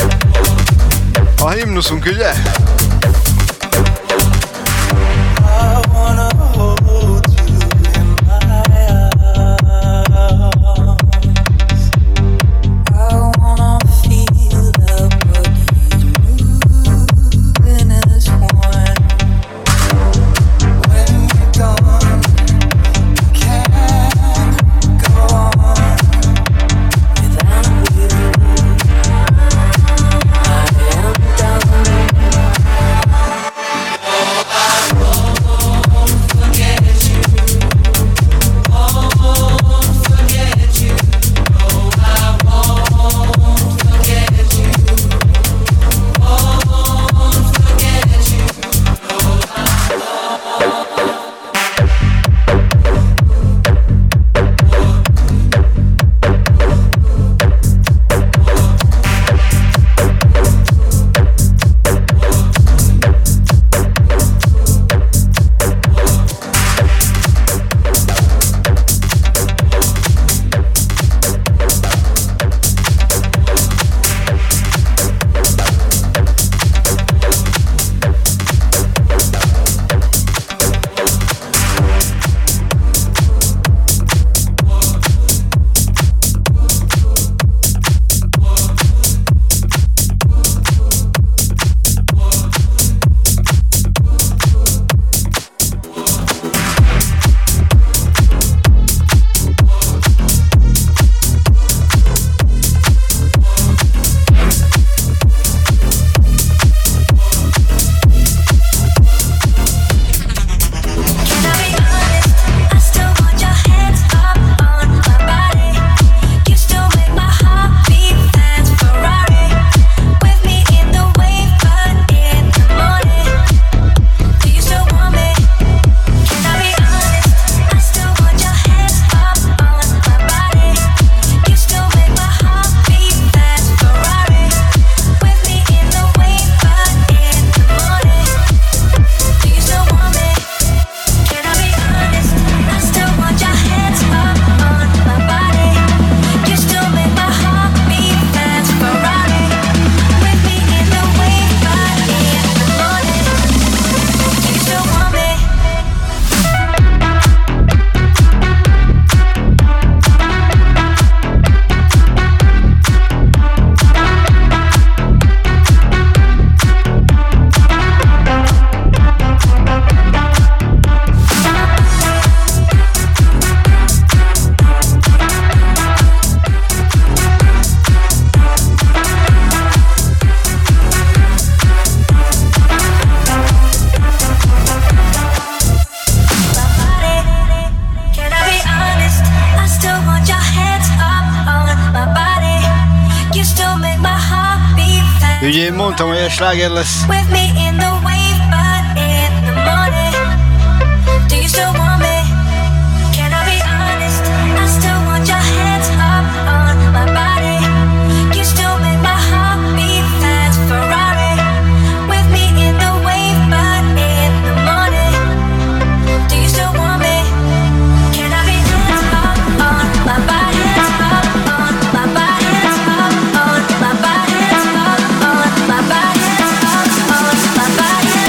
A himnuszunk, ugye? Ugye én mondtam, hogy egy sláger lesz. Bye.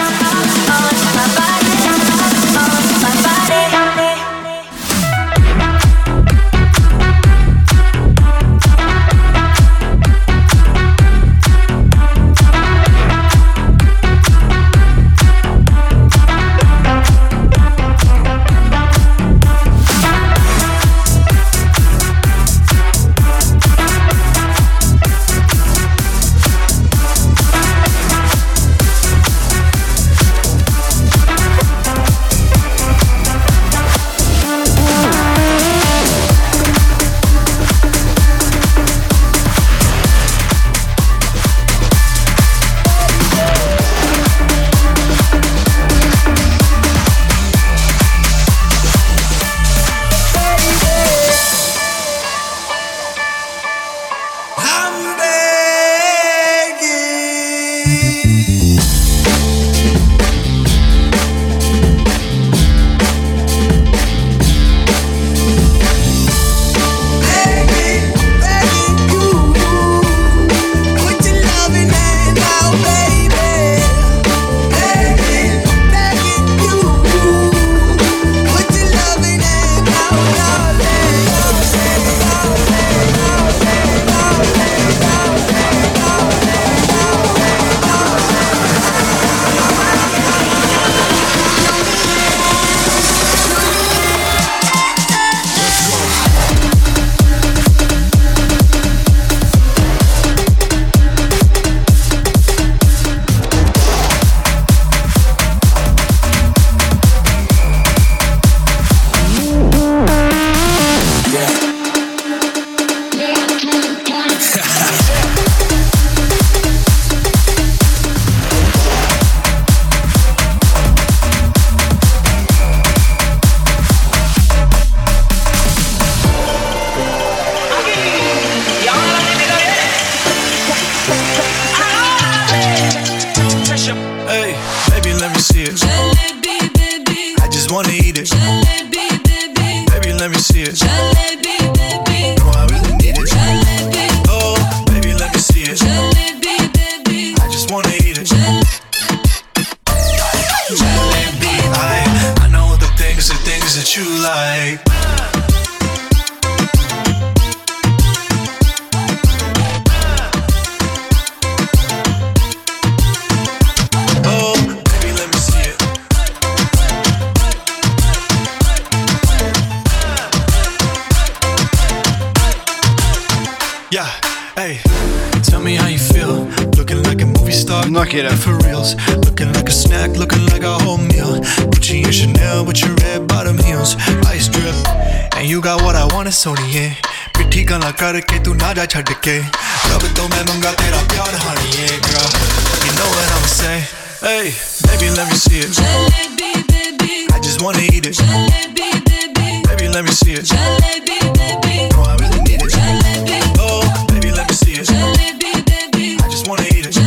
Hey, tell me how you feel. Looking like a movie star, for reals. Looking like a snack, looking like a whole meal. Gucci and Chanel with your red bottom heels. Ice drip, and you got what I want, it's Sony. पिट्ठी गला करके तू ना जा छड़ के रब तो मैं मंगा तेरा प्यार honey, yeah girl. You know what I'ma say. Hey, baby, let me see it. Jalebi, baby. I just wanna eat it. Jalebi, baby. Baby, let me see it. Jalebi, baby. Oh, I really need it. Jalebi. Oh, baby, let me see it. Jalebi, baby. I just wanna eat it.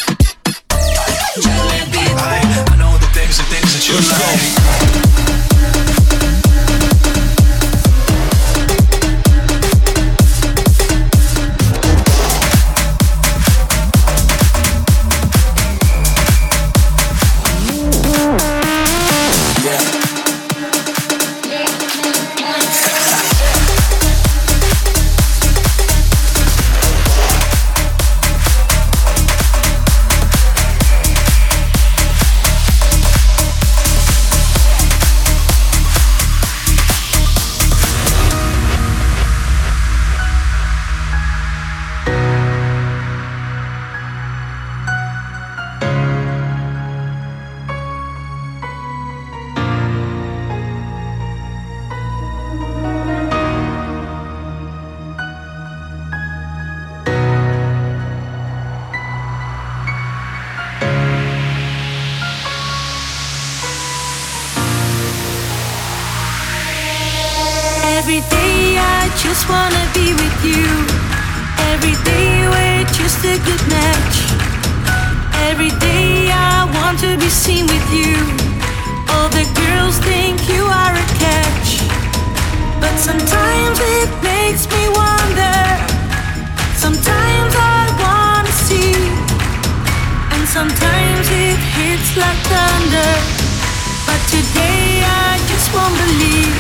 Jalebi. I know the things that you like. Every day I just wanna be with you. Every day we're just a good match. Every day I want to be seen with you. All the girls think you are a catch, but sometimes it makes me wonder. Sometimes I wanna see, and sometimes it hits like thunder. But today I just won't believe.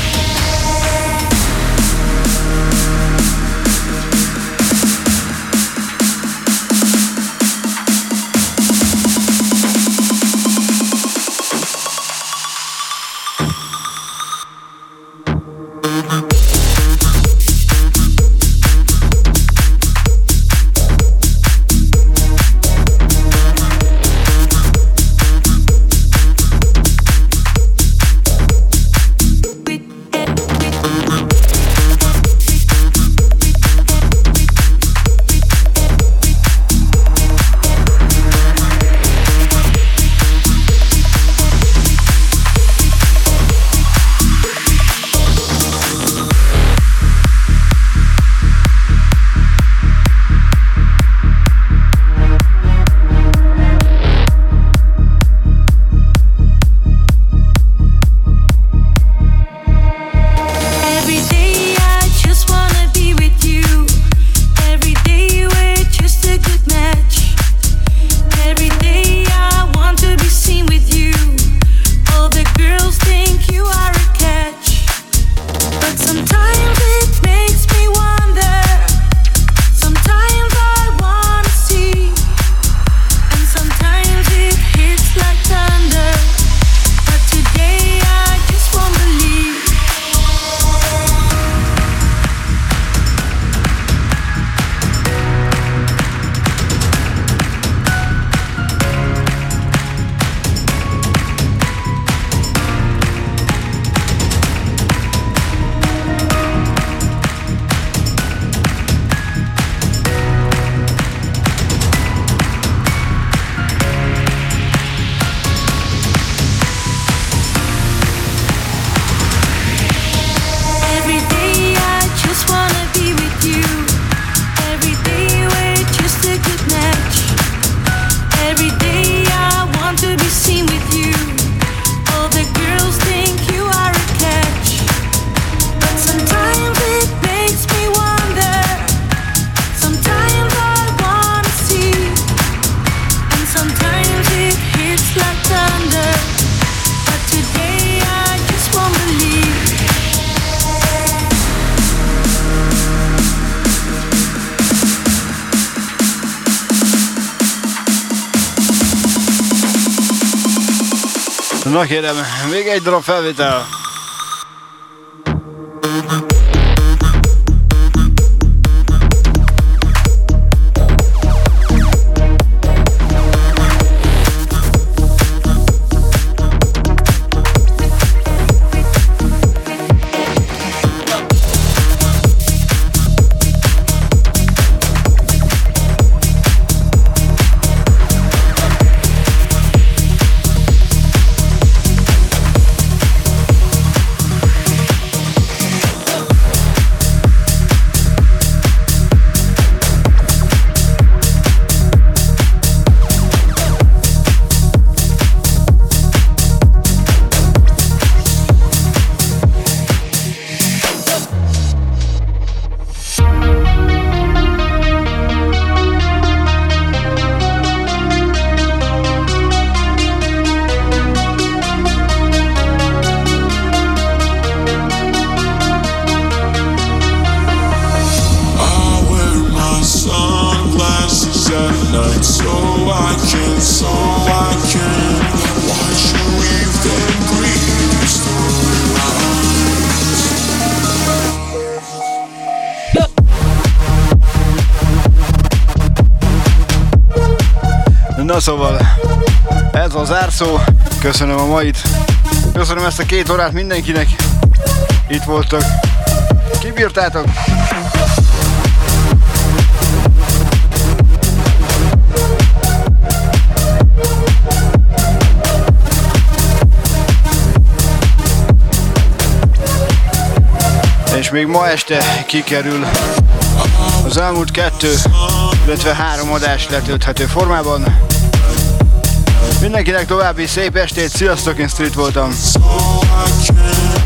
Na kérem, még egy darab felvétel. so I can watch you weave them grief stories. Na szóval, ez a zárszó. Köszönöm a mait. Köszönöm ezt a 2 órát mindenkinek. Itt voltak. Kibírtátok? És még ma este kikerül az elmúlt 2, illetve 3 adás letölthető formában. Mindenkinek további szép estét, sziasztok, én Street voltam.